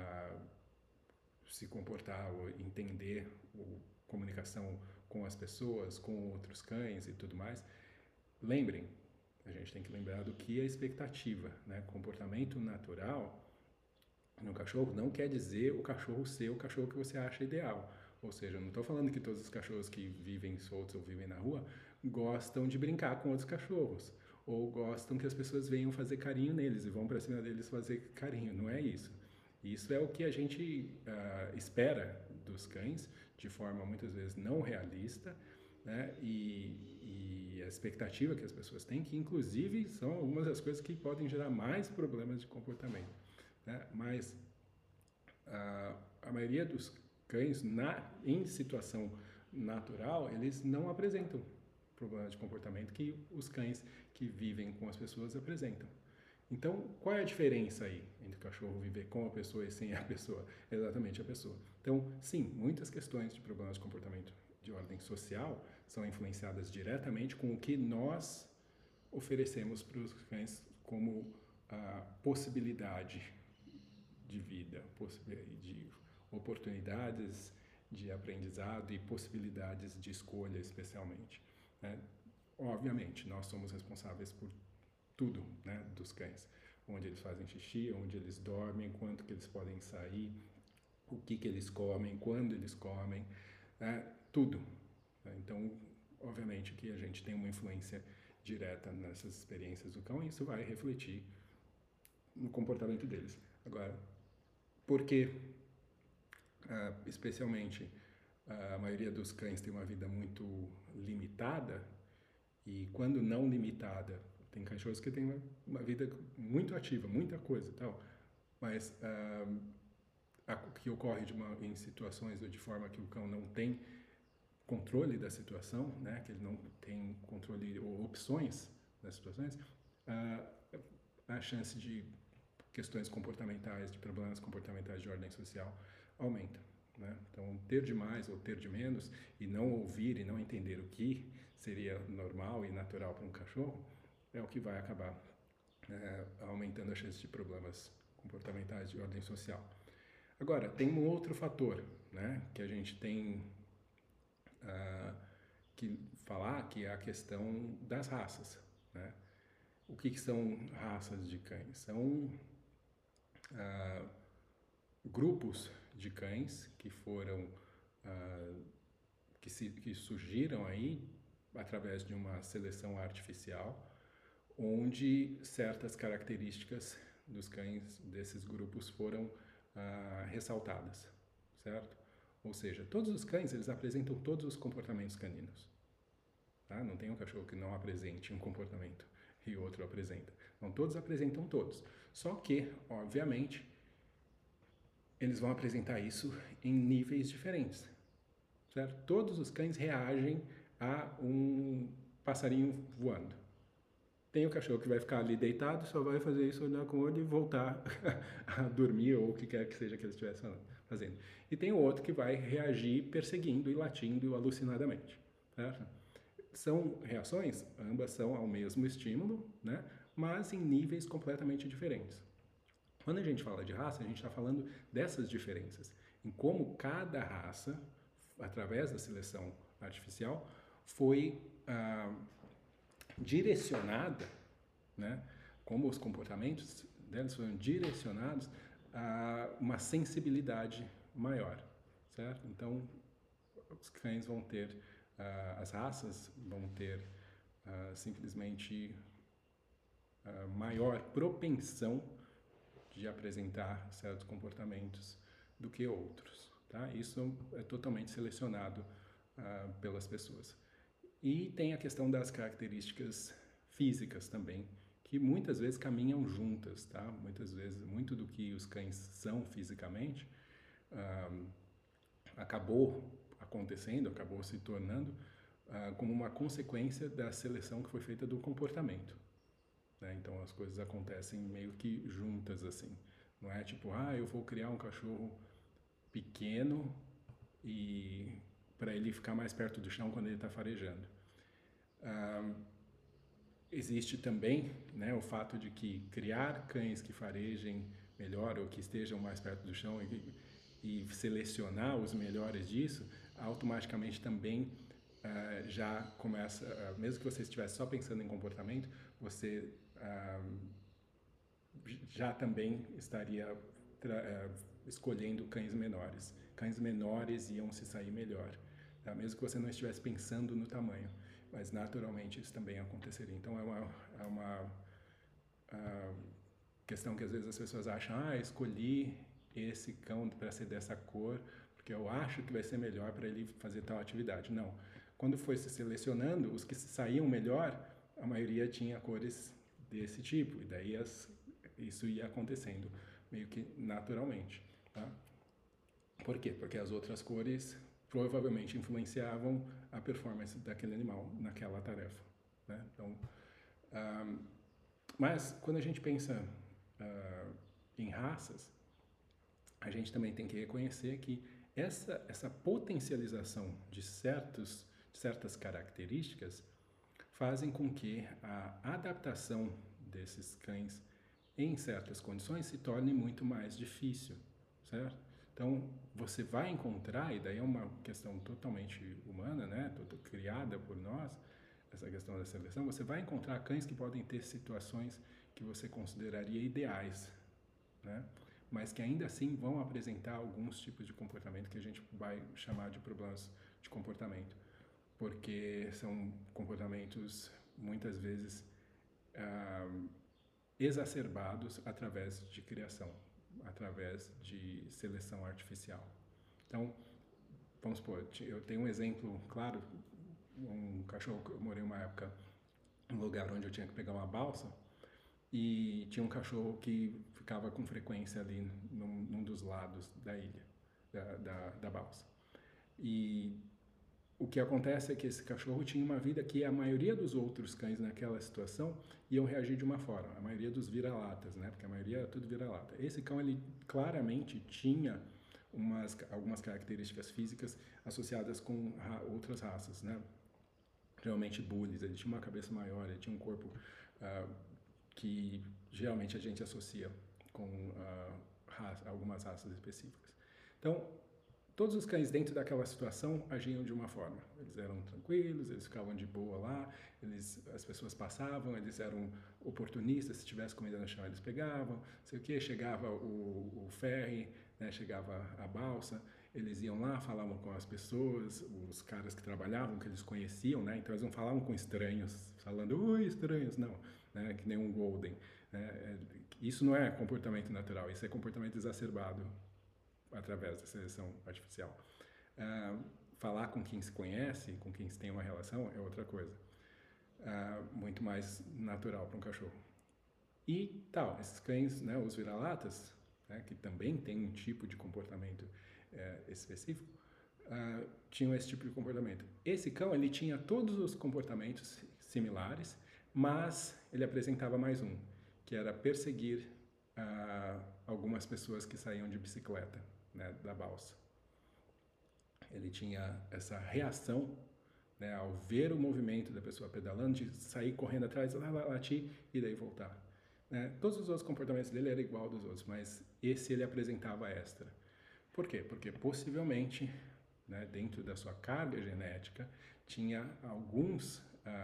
se comportar ou entender comunicação com as pessoas, com outros cães e tudo mais, lembrem, a gente tem que lembrar do que é expectativa, né? Comportamento natural no cachorro não quer dizer o cachorro ser o cachorro que você acha ideal. Ou seja, eu não estou falando que todos os cachorros que vivem soltos ou vivem na rua gostam de brincar com outros cachorros. Ou gostam que as pessoas venham fazer carinho neles e vão para cima deles fazer carinho. Não é isso. Isso é o que a gente espera dos cães, de forma muitas vezes não realista, né? E a expectativa que as pessoas têm, que inclusive são algumas das coisas que podem gerar mais problemas de comportamento, né? Mas a maioria dos cães, em situação natural, eles não apresentam problemas de comportamento que os cães que vivem com as pessoas apresentam. Então, qual é a diferença aí entre o cachorro viver com a pessoa e sem a pessoa? Exatamente a pessoa. Então, sim, muitas questões de problemas de comportamento de ordem social são influenciadas diretamente com o que nós oferecemos para os cães como a possibilidade de vida, de oportunidades de aprendizado e possibilidades de escolha, especialmente, né? Obviamente, nós somos responsáveis por tudo, né, dos cães, onde eles fazem xixi, onde eles dormem, quanto que eles podem sair, o que que eles comem, quando eles comem, né, tudo. Então, obviamente que a gente tem uma influência direta nessas experiências do cão e isso vai refletir no comportamento deles. Agora, por que, especialmente, a maioria dos cães tem uma vida muito limitada e quando não limitada, tem cachorros que têm uma vida muito ativa, muita coisa e tal, mas o que ocorre em situações ou de forma que o cão não tem controle da situação, né, que ele não tem controle ou opções das situações, a chance de questões comportamentais, de problemas comportamentais de ordem social aumenta, né? Então, ter de mais ou ter de menos e não ouvir e não entender o que seria normal e natural para um cachorro é o que vai acabar aumentando a chance de problemas comportamentais de ordem social. Agora, tem um outro fator, né, que a gente tem que falar, que é a questão das raças, né? O que são raças de cães? São grupos de cães que foram que surgiram aí através de uma seleção artificial, onde certas características dos cães desses grupos foram ressaltadas, certo? Ou seja, todos os cães eles apresentam todos os comportamentos caninos. Tá? Não tem um cachorro que não apresente um comportamento e outro apresenta. Não, todos apresentam todos. Só que, obviamente, eles vão apresentar isso em níveis diferentes, certo? Todos os cães reagem a um passarinho voando. Tem o cachorro que vai ficar ali deitado, só vai fazer isso, olhar com o olho e voltar a dormir ou o que quer que seja que ele estivesse fazendo. E tem o outro que vai reagir perseguindo e latindo alucinadamente, certo? São reações, ambas são ao mesmo estímulo, né? Mas em níveis completamente diferentes. Quando a gente fala de raça, a gente está falando dessas diferenças, em como cada raça, através da seleção artificial, foi direcionada, né? Como os comportamentos delas foram direcionados a uma sensibilidade maior, certo? Então, os cães vão ter, as raças vão ter simplesmente maior propensão de apresentar certos comportamentos do que outros, tá? Isso é totalmente selecionado pelas pessoas. E tem a questão das características físicas também, que muitas vezes caminham juntas, tá? Muitas vezes, muito do que os cães são fisicamente acabou acontecendo, acabou se tornando como uma consequência da seleção que foi feita do comportamento, né? Então as coisas acontecem meio que juntas assim. Não é tipo, eu vou criar um cachorro pequeno e para ele ficar mais perto do chão quando ele está farejando. Existe também, né, o fato de que criar cães que farejem melhor ou que estejam mais perto do chão e selecionar os melhores disso, automaticamente também já começa, mesmo que você estivesse só pensando em comportamento, você já também estaria escolhendo cães menores. Cães menores iam se sair melhor, tá? Mesmo que você não estivesse pensando no tamanho, mas naturalmente isso também aconteceria. Então é uma questão que às vezes as pessoas acham, escolhi esse cão para ser dessa cor, porque eu acho que vai ser melhor para ele fazer tal atividade. Não. Quando foi se selecionando, os que se saíam melhor, a maioria tinha cores desse tipo, e daí isso ia acontecendo meio que naturalmente, tá? Por quê? Porque as outras cores provavelmente influenciavam a performance daquele animal naquela tarefa, né? Então, mas quando a gente pensa em raças, a gente também tem que reconhecer que essa potencialização de certas características fazem com que a adaptação desses cães em certas condições se torne muito mais difícil, certo? Então, você vai encontrar, e daí é uma questão totalmente humana, né, criada por nós, essa questão da seleção, você vai encontrar cães que podem ter situações que você consideraria ideais, né? Mas que ainda assim vão apresentar alguns tipos de comportamento que a gente vai chamar de problemas de comportamento, porque são comportamentos muitas vezes exacerbados através de criação, através de seleção artificial. Então, vamos supor, eu tenho um exemplo claro, um cachorro que eu morei uma época num lugar onde eu tinha que pegar uma balsa, e tinha um cachorro que ficava com frequência ali num dos lados da ilha, da balsa. E o que acontece é que esse cachorro tinha uma vida que a maioria dos outros cães naquela situação iam reagir de uma forma, a maioria dos vira-latas, né? Porque a maioria era tudo vira-lata. Esse cão, ele claramente tinha algumas características físicas associadas com outras raças, né? Geralmente bullies, ele tinha uma cabeça maior, ele tinha um corpo que geralmente a gente associa com algumas raças específicas. Então, todos os cães dentro daquela situação agiam de uma forma. Eles eram tranquilos, eles ficavam de boa lá, as pessoas passavam, eles eram oportunistas, se tivesse comida no chão eles pegavam, sei o que, chegava o ferry, né, chegava a balsa, eles iam lá, falavam com as pessoas, os caras que trabalhavam, que eles conheciam, né, então eles não falavam com estranhos, falando, oi, estranhos, não, né, que nem um golden. Né, isso não é comportamento natural, isso é comportamento exacerbado através da seleção artificial. Falar com quem se conhece, com quem se tem uma relação, é outra coisa. Muito mais natural para um cachorro. E tal, esses cães, né, os vira-latas, né, que também tem um tipo de comportamento específico, tinham esse tipo de comportamento. Esse cão, ele tinha todos os comportamentos similares, mas ele apresentava mais um, que era perseguir algumas pessoas que saíam de bicicleta, né, da balsa. Ele tinha essa reação, né, ao ver o movimento da pessoa pedalando, de sair correndo atrás, latir e daí voltar. Né? Todos os outros comportamentos dele eram igual dos outros, mas esse ele apresentava extra. Por quê? Porque possivelmente, né, dentro da sua carga genética, tinha alguns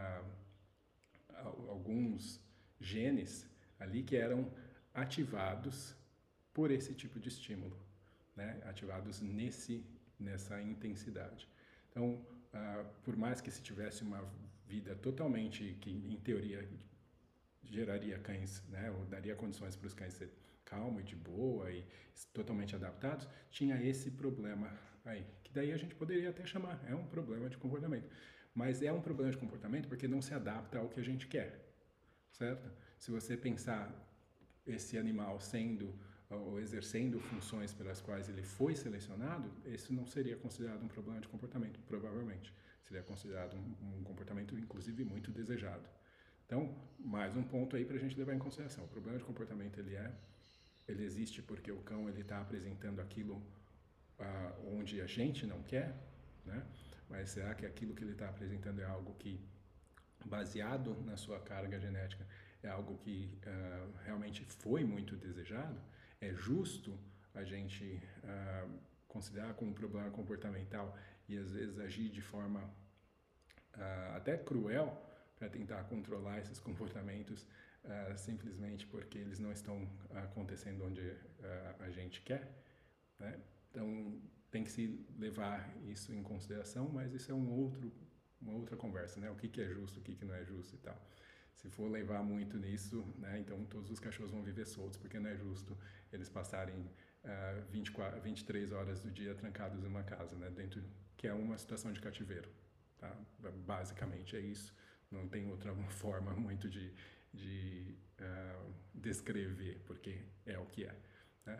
genes ali que eram ativados por esse tipo de estímulo, né? Ativados nessa intensidade. Então, por mais que se tivesse uma vida totalmente que, em teoria, geraria cães, né, ou daria condições para os cães ser calmo e de boa e totalmente adaptados, tinha esse problema aí, que daí a gente poderia até chamar, é um problema de comportamento. Mas é um problema de comportamento porque não se adapta ao que a gente quer, certo? Se você pensar esse animal sendo ou exercendo funções pelas quais ele foi selecionado, isso não seria considerado um problema de comportamento, provavelmente. Seria considerado um comportamento, inclusive, muito desejado. Então, mais um ponto aí para a gente levar em consideração. O problema de comportamento, ele existe porque o cão está apresentando aquilo onde a gente não quer, né? Mas será que aquilo que ele está apresentando é algo que, baseado na sua carga genética, é algo que realmente foi muito desejado? É justo a gente considerar como um problema comportamental e às vezes agir de forma até cruel para tentar controlar esses comportamentos simplesmente porque eles não estão acontecendo onde a gente quer, né? Então tem que se levar isso em consideração, mas isso é uma outra conversa, né? O que é justo, o que não é justo e tal. Se for levar muito nisso, né, então todos os cachorros vão viver soltos, porque não é justo eles passarem 23 horas do dia trancados em uma casa, né, dentro, que é uma situação de cativeiro. Tá? Basicamente é isso. Não tem outra forma muito de descrever, porque é o que é. Né?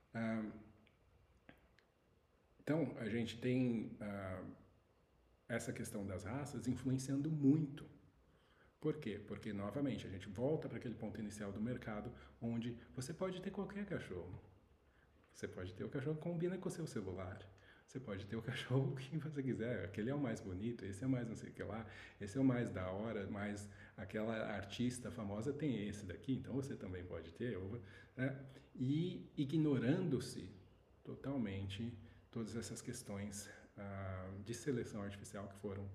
Então, a gente tem essa questão das raças influenciando muito. Por quê? Porque, novamente, a gente volta para aquele ponto inicial do mercado, onde você pode ter qualquer cachorro. Você pode ter o cachorro que combina com o seu celular. Você pode ter o cachorro que você quiser. Aquele é o mais bonito, esse é o mais não sei o que lá, esse é o mais da hora, mas aquela artista famosa tem esse daqui, então você também pode ter. Né? E ignorando-se totalmente todas essas questões de seleção artificial que foram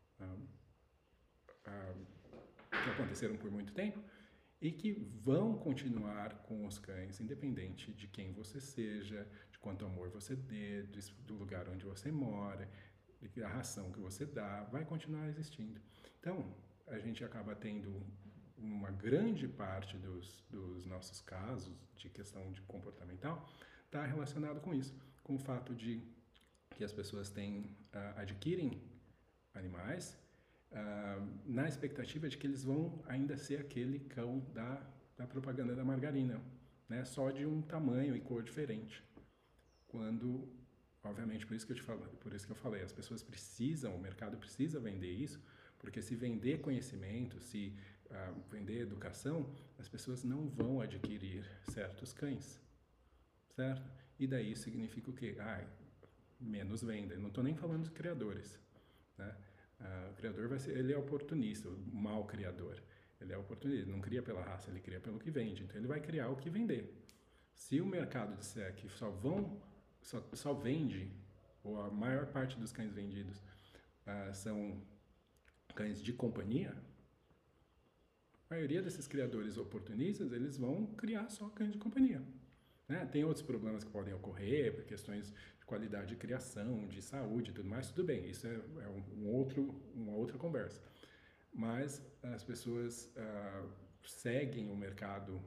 que aconteceram por muito tempo e que vão continuar com os cães, independente de quem você seja, de quanto amor você dê, do lugar onde você mora, da ração que você dá, vai continuar existindo. Então, a gente acaba tendo uma grande parte dos nossos casos de questão de comportamental está relacionado com isso, com o fato de que as pessoas adquirem animais na expectativa de que eles vão ainda ser aquele cão da propaganda da margarina, né? Só de um tamanho e cor diferente. Quando, obviamente, por isso que eu falei, as pessoas precisam, o mercado precisa vender isso, porque se vender conhecimento, se vender educação, as pessoas não vão adquirir certos cães, certo? E daí significa o quê? Menos venda. Eu não estou nem falando dos criadores, né? O criador ele é oportunista, o mau criador. Ele é oportunista, ele não cria pela raça, ele cria pelo que vende. Então ele vai criar o que vender. Se o mercado disser que só vende, ou a maior parte dos cães vendidos são cães de companhia, a maioria desses criadores oportunistas, eles vão criar só cães de companhia. Né? Tem outros problemas que podem ocorrer, questões de qualidade de criação, de saúde e tudo mais, tudo bem, isso é uma outra conversa. Mas as pessoas seguem o mercado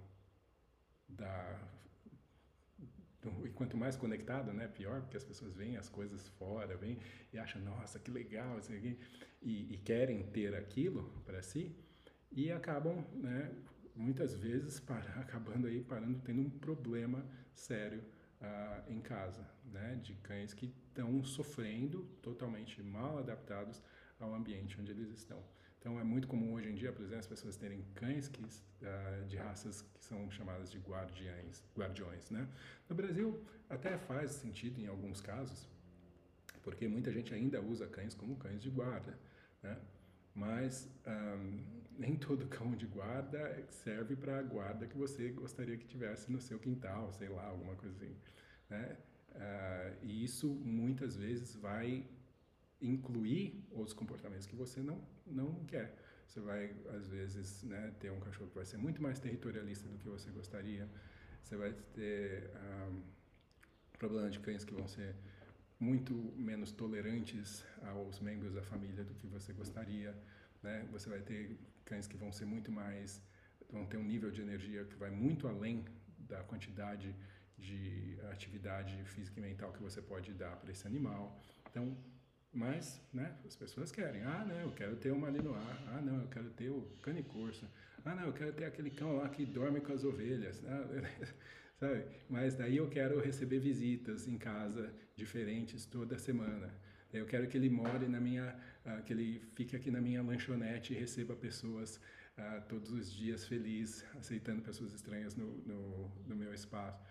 e quanto mais conectado, né, pior, porque as pessoas veem as coisas fora, veem e acham, nossa, que legal, isso aqui, e querem ter aquilo para si, e acabam, né, muitas vezes parando, tendo um problema sério em casa, né, de cães que estão sofrendo, totalmente mal adaptados ao ambiente onde eles estão. Então é muito comum hoje em dia, por exemplo, as pessoas terem cães de raças que são chamadas de guardiões, né? No Brasil até faz sentido em alguns casos, porque muita gente ainda usa cães como cães de guarda, né? Mas nem todo cão de guarda serve para a guarda que você gostaria que tivesse no seu quintal, sei lá, alguma coisa assim, né? E isso muitas vezes vai incluir outros comportamentos que você não quer. Você vai, às vezes, né, ter um cachorro que vai ser muito mais territorialista do que você gostaria. Você vai ter problema de cães que vão ser muito menos tolerantes aos membros da família do que você gostaria, né? Você vai ter cães que vão ser vão ter um nível de energia que vai muito além da quantidade de atividade física e mental que você pode dar para esse animal. Então, mas, né, as pessoas querem. Não, eu quero ter um Malinois. Não, eu quero ter o Cane Corso. Não, eu quero ter aquele cão lá que dorme com as ovelhas. Sabe? Mas daí eu quero receber visitas em casa diferentes toda semana. Eu quero que ele more que ele fique aqui na minha lanchonete e receba pessoas todos os dias feliz, aceitando pessoas estranhas no meu espaço.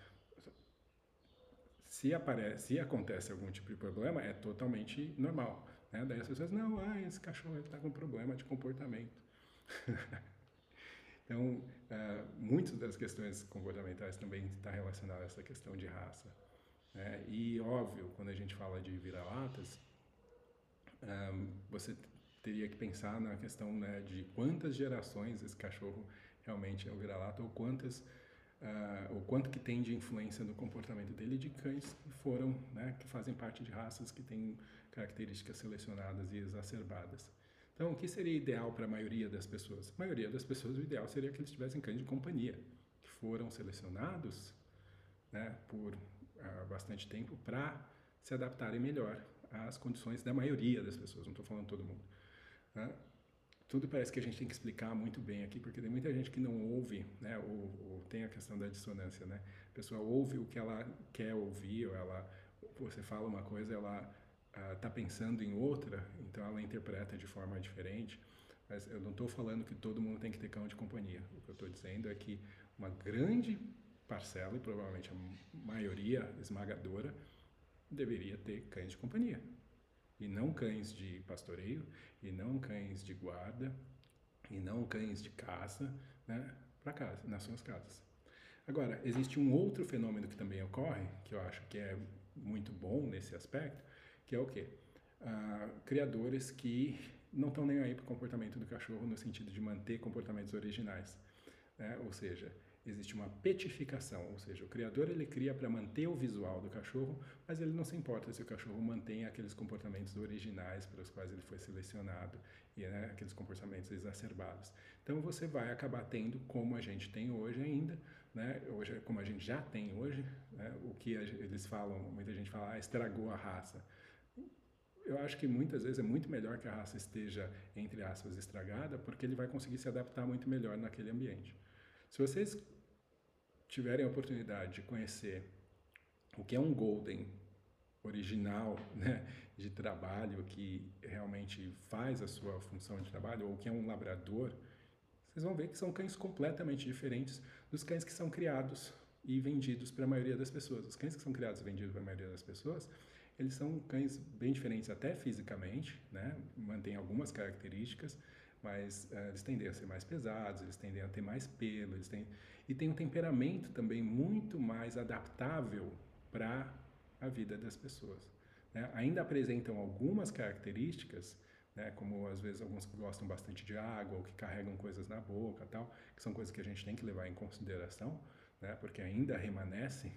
Se acontece algum tipo de problema, é totalmente normal. Né? Daí as pessoas, não, esse cachorro está com problema de comportamento. Então, muitas das questões comportamentais também estão relacionadas a essa questão de raça. E, óbvio, quando a gente fala de vira-latas, você teria que pensar na questão, né, de quantas gerações esse cachorro realmente é um vira-lata ou o quanto que tem de influência no comportamento dele de cães que foram, né, que fazem parte de raças que têm características selecionadas e exacerbadas. Então, o que seria ideal para a maioria das pessoas? A maioria das pessoas, o ideal seria que eles tivessem cães de companhia, que foram selecionados, né, por bastante tempo para se adaptarem melhor às condições da maioria das pessoas, não estou falando todo mundo. Né? Tudo parece que a gente tem que explicar muito bem aqui, porque tem muita gente que não ouve, né, ou tem a questão da dissonância, né? A pessoa ouve o que ela quer ouvir, ou você fala uma coisa, ela está pensando em outra, então ela interpreta de forma diferente. Mas eu não estou falando que todo mundo tem que ter cão de companhia. O que eu estou dizendo é que uma grande parcela, e provavelmente a maioria esmagadora, deveria ter cães de companhia. E não cães de pastoreio, e não cães de guarda, e não cães de caça, né, para casa, nas suas casas. Agora, existe um outro fenômeno que também ocorre, que eu acho que é muito bom nesse aspecto, que é o quê? Criadores que não estão nem aí para o comportamento do cachorro no sentido de manter comportamentos originais, né? Ou seja, existe uma petificação, ou seja, o criador ele cria para manter o visual do cachorro, mas ele não se importa se o cachorro mantém aqueles comportamentos originais para os quais ele foi selecionado e, né, aqueles comportamentos exacerbados. Então você vai acabar tendo, como a gente tem hoje ainda, né, hoje, como a gente já tem hoje, né, o que eles falam, muita gente fala, estragou a raça. Eu acho que muitas vezes é muito melhor que a raça esteja, entre aspas, estragada, porque ele vai conseguir se adaptar muito melhor naquele ambiente. Se vocês tiverem a oportunidade de conhecer o que é um Golden original, né, de trabalho, que realmente faz a sua função de trabalho, ou o que é um labrador, vocês vão ver que são cães completamente diferentes dos cães que são criados e vendidos para a maioria das pessoas. Os cães que são criados e vendidos para a maioria das pessoas, eles são cães bem diferentes até fisicamente, né, mantêm algumas características, mas eles tendem a ser mais pesados, eles tendem a ter mais pelo, e têm um temperamento também muito mais adaptável para a vida das pessoas. Né? Ainda apresentam algumas características, né, como às vezes alguns que gostam bastante de água ou que carregam coisas na boca, tal, que são coisas que a gente tem que levar em consideração, né, porque ainda remanescem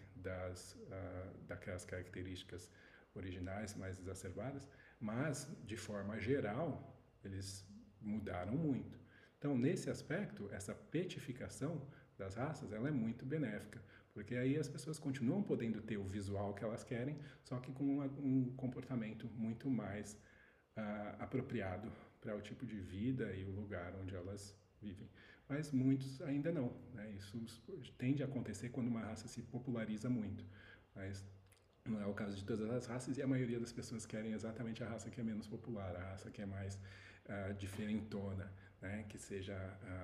daquelas características originais mais exacerbadas, mas de forma geral eles mudaram muito. Então, nesse aspecto, essa petificação das raças, ela é muito benéfica, porque aí as pessoas continuam podendo ter o visual que elas querem, só que com um comportamento muito mais apropriado para o tipo de vida e o lugar onde elas vivem. Mas muitos ainda não, né? Isso tende a acontecer quando uma raça se populariza muito, mas não é o caso de todas as raças, e a maioria das pessoas querem exatamente a raça que é menos popular, a raça que é mais diferentona, né? Que seja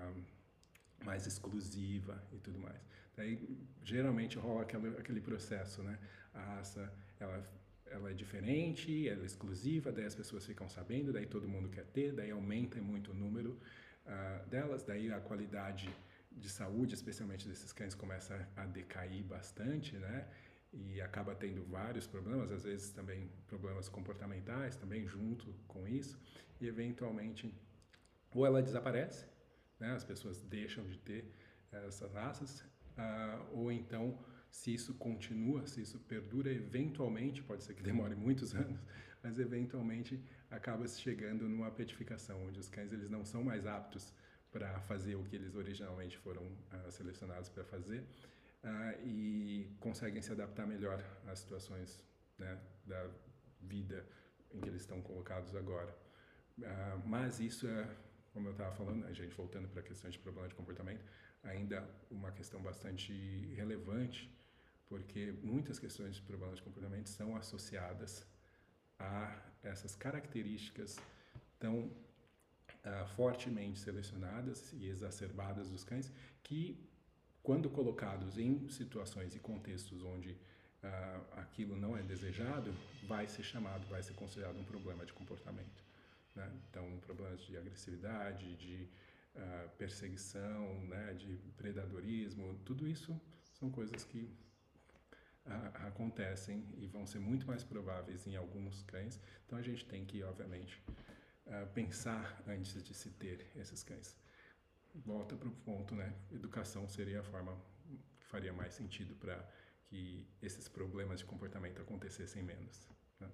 mais exclusiva e tudo mais. Daí, geralmente rola aquele processo, né? A raça, ela é diferente, ela é exclusiva, daí as pessoas ficam sabendo, daí todo mundo quer ter, daí aumenta muito o número delas, daí a qualidade de saúde, especialmente desses cães, começa a decair bastante, né? E acaba tendo vários problemas, às vezes também problemas comportamentais também junto com isso, e eventualmente ou ela desaparece, né? As pessoas deixam de ter essas raças, ou então, se isso continua, se isso perdura, eventualmente, pode ser que demore muitos anos, mas eventualmente acaba se chegando numa petificação, onde os cães eles não são mais aptos para fazer o que eles originalmente foram selecionados para fazer, e conseguem se adaptar melhor às situações, né, da vida em que eles estão colocados agora. Mas isso é, como eu estava falando, a gente voltando para a questão de problema de comportamento, ainda uma questão bastante relevante, porque muitas questões de problema de comportamento são associadas a essas características tão fortemente selecionadas e exacerbadas dos cães, que quando colocados em situações e contextos onde aquilo não é desejado, vai ser considerado um problema de comportamento. Né? Então, problemas de agressividade, de perseguição, né, de predadorismo, tudo isso são coisas que acontecem e vão ser muito mais prováveis em alguns cães. Então, a gente tem que, obviamente, pensar antes de se ter esses cães. Volta para o ponto, né? Educação seria a forma que faria mais sentido para que esses problemas de comportamento acontecessem menos, né?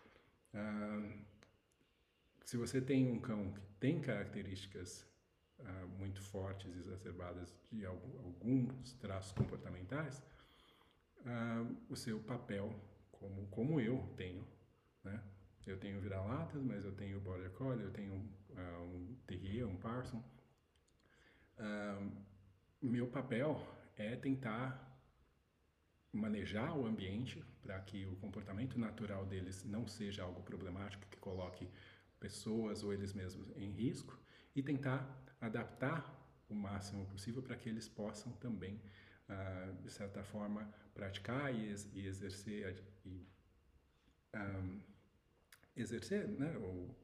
Se você tem um cão que tem características muito fortes, exacerbadas de alguns traços comportamentais, o seu papel, como eu tenho, né? Eu tenho vira-latas, mas eu tenho border collie, eu tenho um terrier, um parson. Meu papel é tentar manejar o ambiente para que o comportamento natural deles não seja algo problemático que coloque pessoas ou eles mesmos em risco e tentar adaptar o máximo possível para que eles possam também, de certa forma, praticar e exercer exercer, né, ou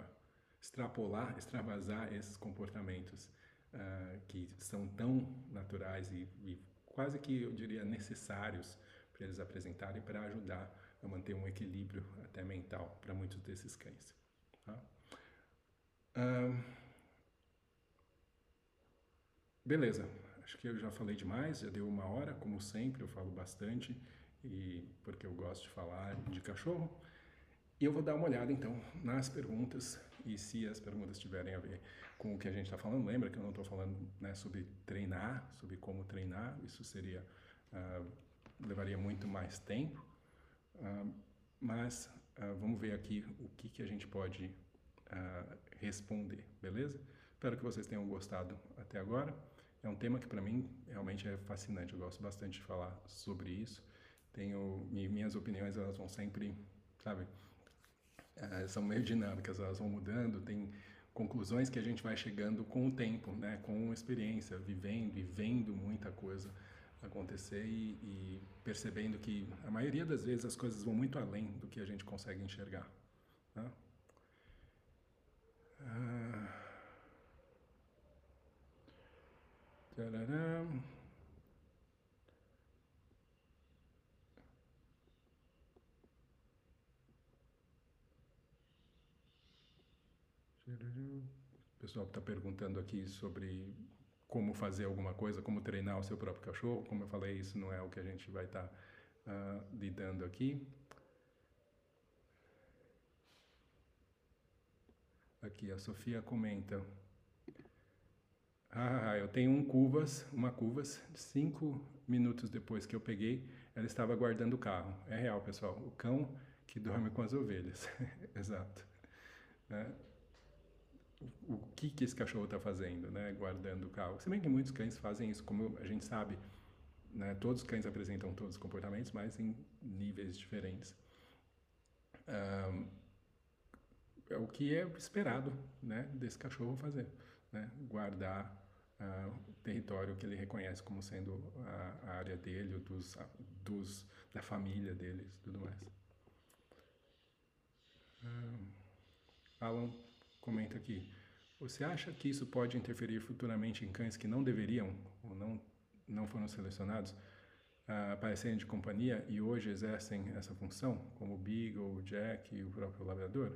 extravasar esses comportamentos que são tão naturais e quase que, eu diria, necessários para eles apresentarem para ajudar a manter um equilíbrio até mental para muitos desses cães. Tá? Beleza, acho que eu já falei demais, já deu 1 hora, como sempre, eu falo bastante, e porque eu gosto de falar de cachorro. E eu vou dar uma olhada, então, nas perguntas, e se as perguntas tiverem a ver com o que a gente está falando, lembra que eu não estou falando, né, sobre treinar, sobre como treinar, isso seria, levaria muito mais tempo, mas vamos ver aqui o que a gente pode responder, beleza? Espero que vocês tenham gostado até agora. É um tema que para mim realmente é fascinante, eu gosto bastante de falar sobre isso. Minhas opiniões, elas vão sempre, sabe, são meio dinâmicas, elas vão mudando, tem conclusões que a gente vai chegando com o tempo, né, com experiência, vivendo e vendo muita coisa acontecer e percebendo que a maioria das vezes as coisas vão muito além do que a gente consegue enxergar. Tá? Tarará. O pessoal está perguntando aqui sobre como fazer alguma coisa, como treinar o seu próprio cachorro. Como eu falei, isso não é o que a gente vai estar lidando aqui. Aqui a Sofia comenta: eu tenho uma Cuvas, 5 minutos depois que eu peguei, ela estava guardando o carro. É real, pessoal, o cão que dorme com as ovelhas. Exato. O que esse cachorro está fazendo, né? Guardando o carro. Se bem que muitos cães fazem isso, como a gente sabe, né? Todos os cães apresentam todos os comportamentos, mas em níveis diferentes. É o que é esperado, né, desse cachorro fazer, né? Guardar o território que ele reconhece como sendo a área dele, da família deles, tudo mais. Alan comenta aqui: você acha que isso pode interferir futuramente em cães que não deveriam ou não foram selecionados aparecerem de companhia e hoje exercem essa função, como o Beagle, o Jack e o próprio Labrador?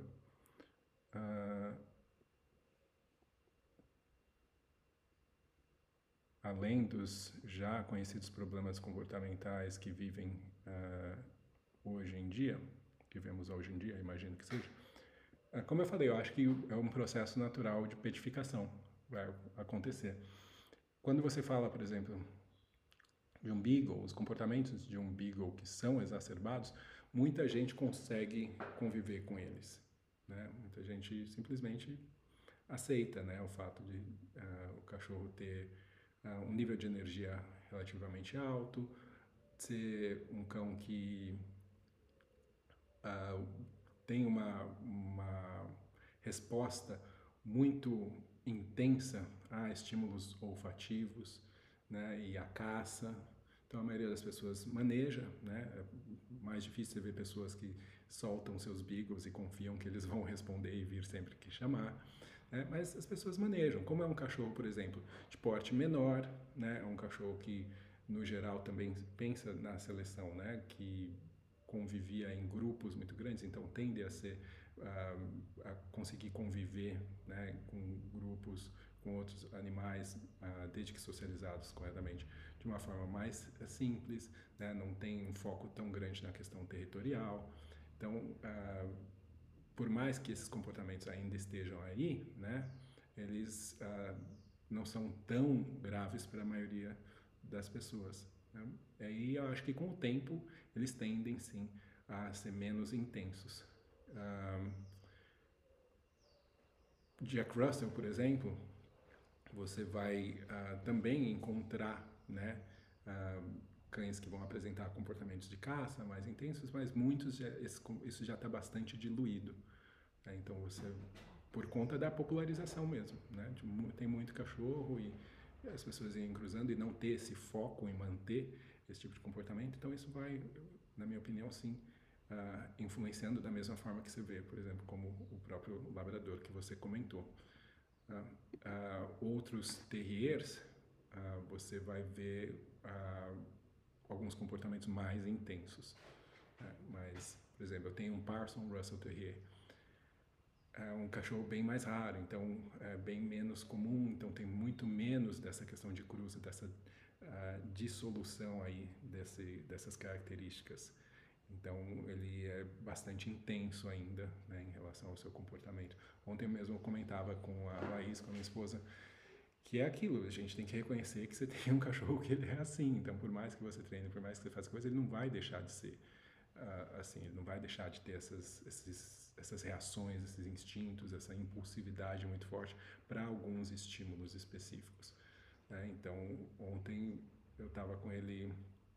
Além dos já conhecidos problemas comportamentais que vivem hoje em dia, que vemos hoje em dia, imagino que seja, como eu falei, eu acho que é um processo natural de petificação, vai acontecer. Quando você fala, por exemplo, de um Beagle, os comportamentos de um Beagle que são exacerbados, muita gente consegue conviver com eles, né? Muita gente simplesmente aceita, né, o fato de o cachorro ter um nível de energia relativamente alto, ser um cão que tem uma resposta muito intensa a estímulos olfativos, né, e a caça. Então a maioria das pessoas maneja, né? É mais difícil você ver pessoas que soltam seus beagles e confiam que eles vão responder e vir sempre que chamar. Mas as pessoas manejam. Como é um cachorro, por exemplo, de porte menor, né? É um cachorro que, no geral, também pensa na seleção, né? Que convivia em grupos muito grandes, então tende a ser a conseguir conviver, né, com grupos, com outros animais, desde que socializados corretamente, de uma forma mais simples, né, não tem um foco tão grande na questão territorial. Então, por mais que esses comportamentos ainda estejam aí, né, eles não são tão graves para a maioria das pessoas, né? E aí eu acho que com o tempo eles tendem sim a ser menos intensos. Jack Russell, por exemplo, você vai também encontrar, né, cães que vão apresentar comportamentos de caça mais intensos, mas muitos isso já está bastante diluído, né? Então você, por conta da popularização mesmo, né, tem muito cachorro e as pessoas irem cruzando e não ter esse foco em manter esse tipo de comportamento, então isso vai, na minha opinião, sim, influenciando da mesma forma que você vê, por exemplo, como o próprio labrador que você comentou. Outros terriers, você vai ver alguns comportamentos mais intensos, né? Mas, por exemplo, eu tenho um Parson Russell Terrier, é um cachorro bem mais raro, então é bem menos comum, então tem muito menos dessa questão de cruza, dessa dissolução aí dessas características. Então ele é bastante intenso ainda, né, em relação ao seu comportamento. Ontem mesmo eu comentava com a Laís, com a minha esposa, que é aquilo, a gente tem que reconhecer que você tem um cachorro que ele é assim, então por mais que você treine, por mais que você faça coisa, ele não vai deixar de ser assim, ele não vai deixar de ter essas reações, esses instintos, essa impulsividade muito forte para alguns estímulos específicos, né? Então ontem eu estava com ele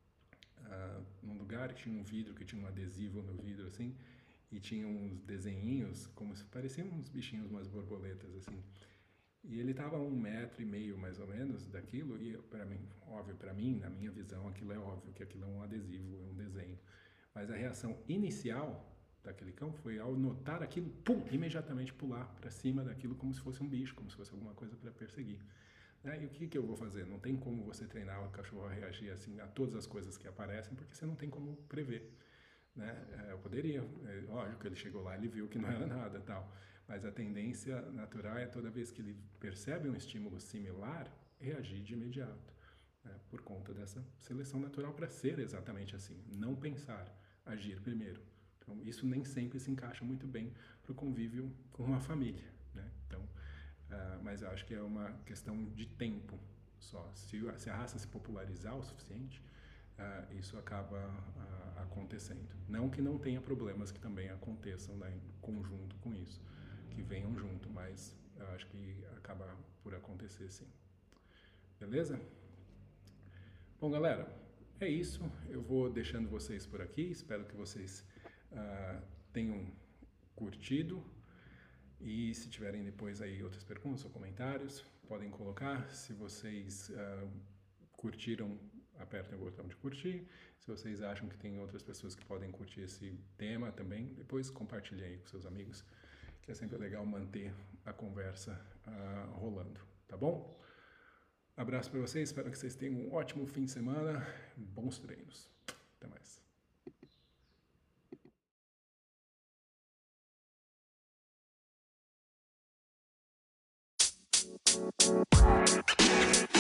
num lugar que tinha um vidro, que tinha um adesivo no vidro assim, e tinha uns desenhinhos, como se pareciam uns bichinhos, umas borboletas assim. E ele estava a 1,5 metro mais ou menos daquilo, e para mim, óbvio, para mim, na minha visão, aquilo é óbvio que aquilo é um adesivo, é um desenho. Mas a reação inicial daquele cão foi, ao notar aquilo, pum, imediatamente pular para cima daquilo como se fosse um bicho, como se fosse alguma coisa para perseguir. E o que eu vou fazer? Não tem como você treinar o cachorro a reagir assim a todas as coisas que aparecem, porque você não tem como prever, né? Eu poderia, lógico, ele chegou lá, ele viu que não era nada, tal, mas a tendência natural é toda vez que ele percebe um estímulo similar, reagir de imediato, né? Por conta dessa seleção natural para ser exatamente assim, não pensar, agir primeiro. Então isso nem sempre se encaixa muito bem para o convívio com uma família, né? Então, mas eu acho que é uma questão de tempo só. Se a raça se popularizar o suficiente, isso acaba acontecendo. Não que não tenha problemas que também aconteçam, né, em conjunto com isso, que venham junto, mas eu acho que acaba por acontecer sim. Beleza? Bom, galera, é isso. Eu vou deixando vocês por aqui. Espero que vocês tenham curtido. E se tiverem depois aí outras perguntas ou comentários, podem colocar. Se vocês curtiram, apertem o botão de curtir. Se vocês acham que tem outras pessoas que podem curtir esse tema também, depois compartilhem aí com seus amigos, que é sempre legal manter a conversa rolando, tá bom? Abraço para vocês, espero que vocês tenham um ótimo fim de semana, bons treinos. Até mais.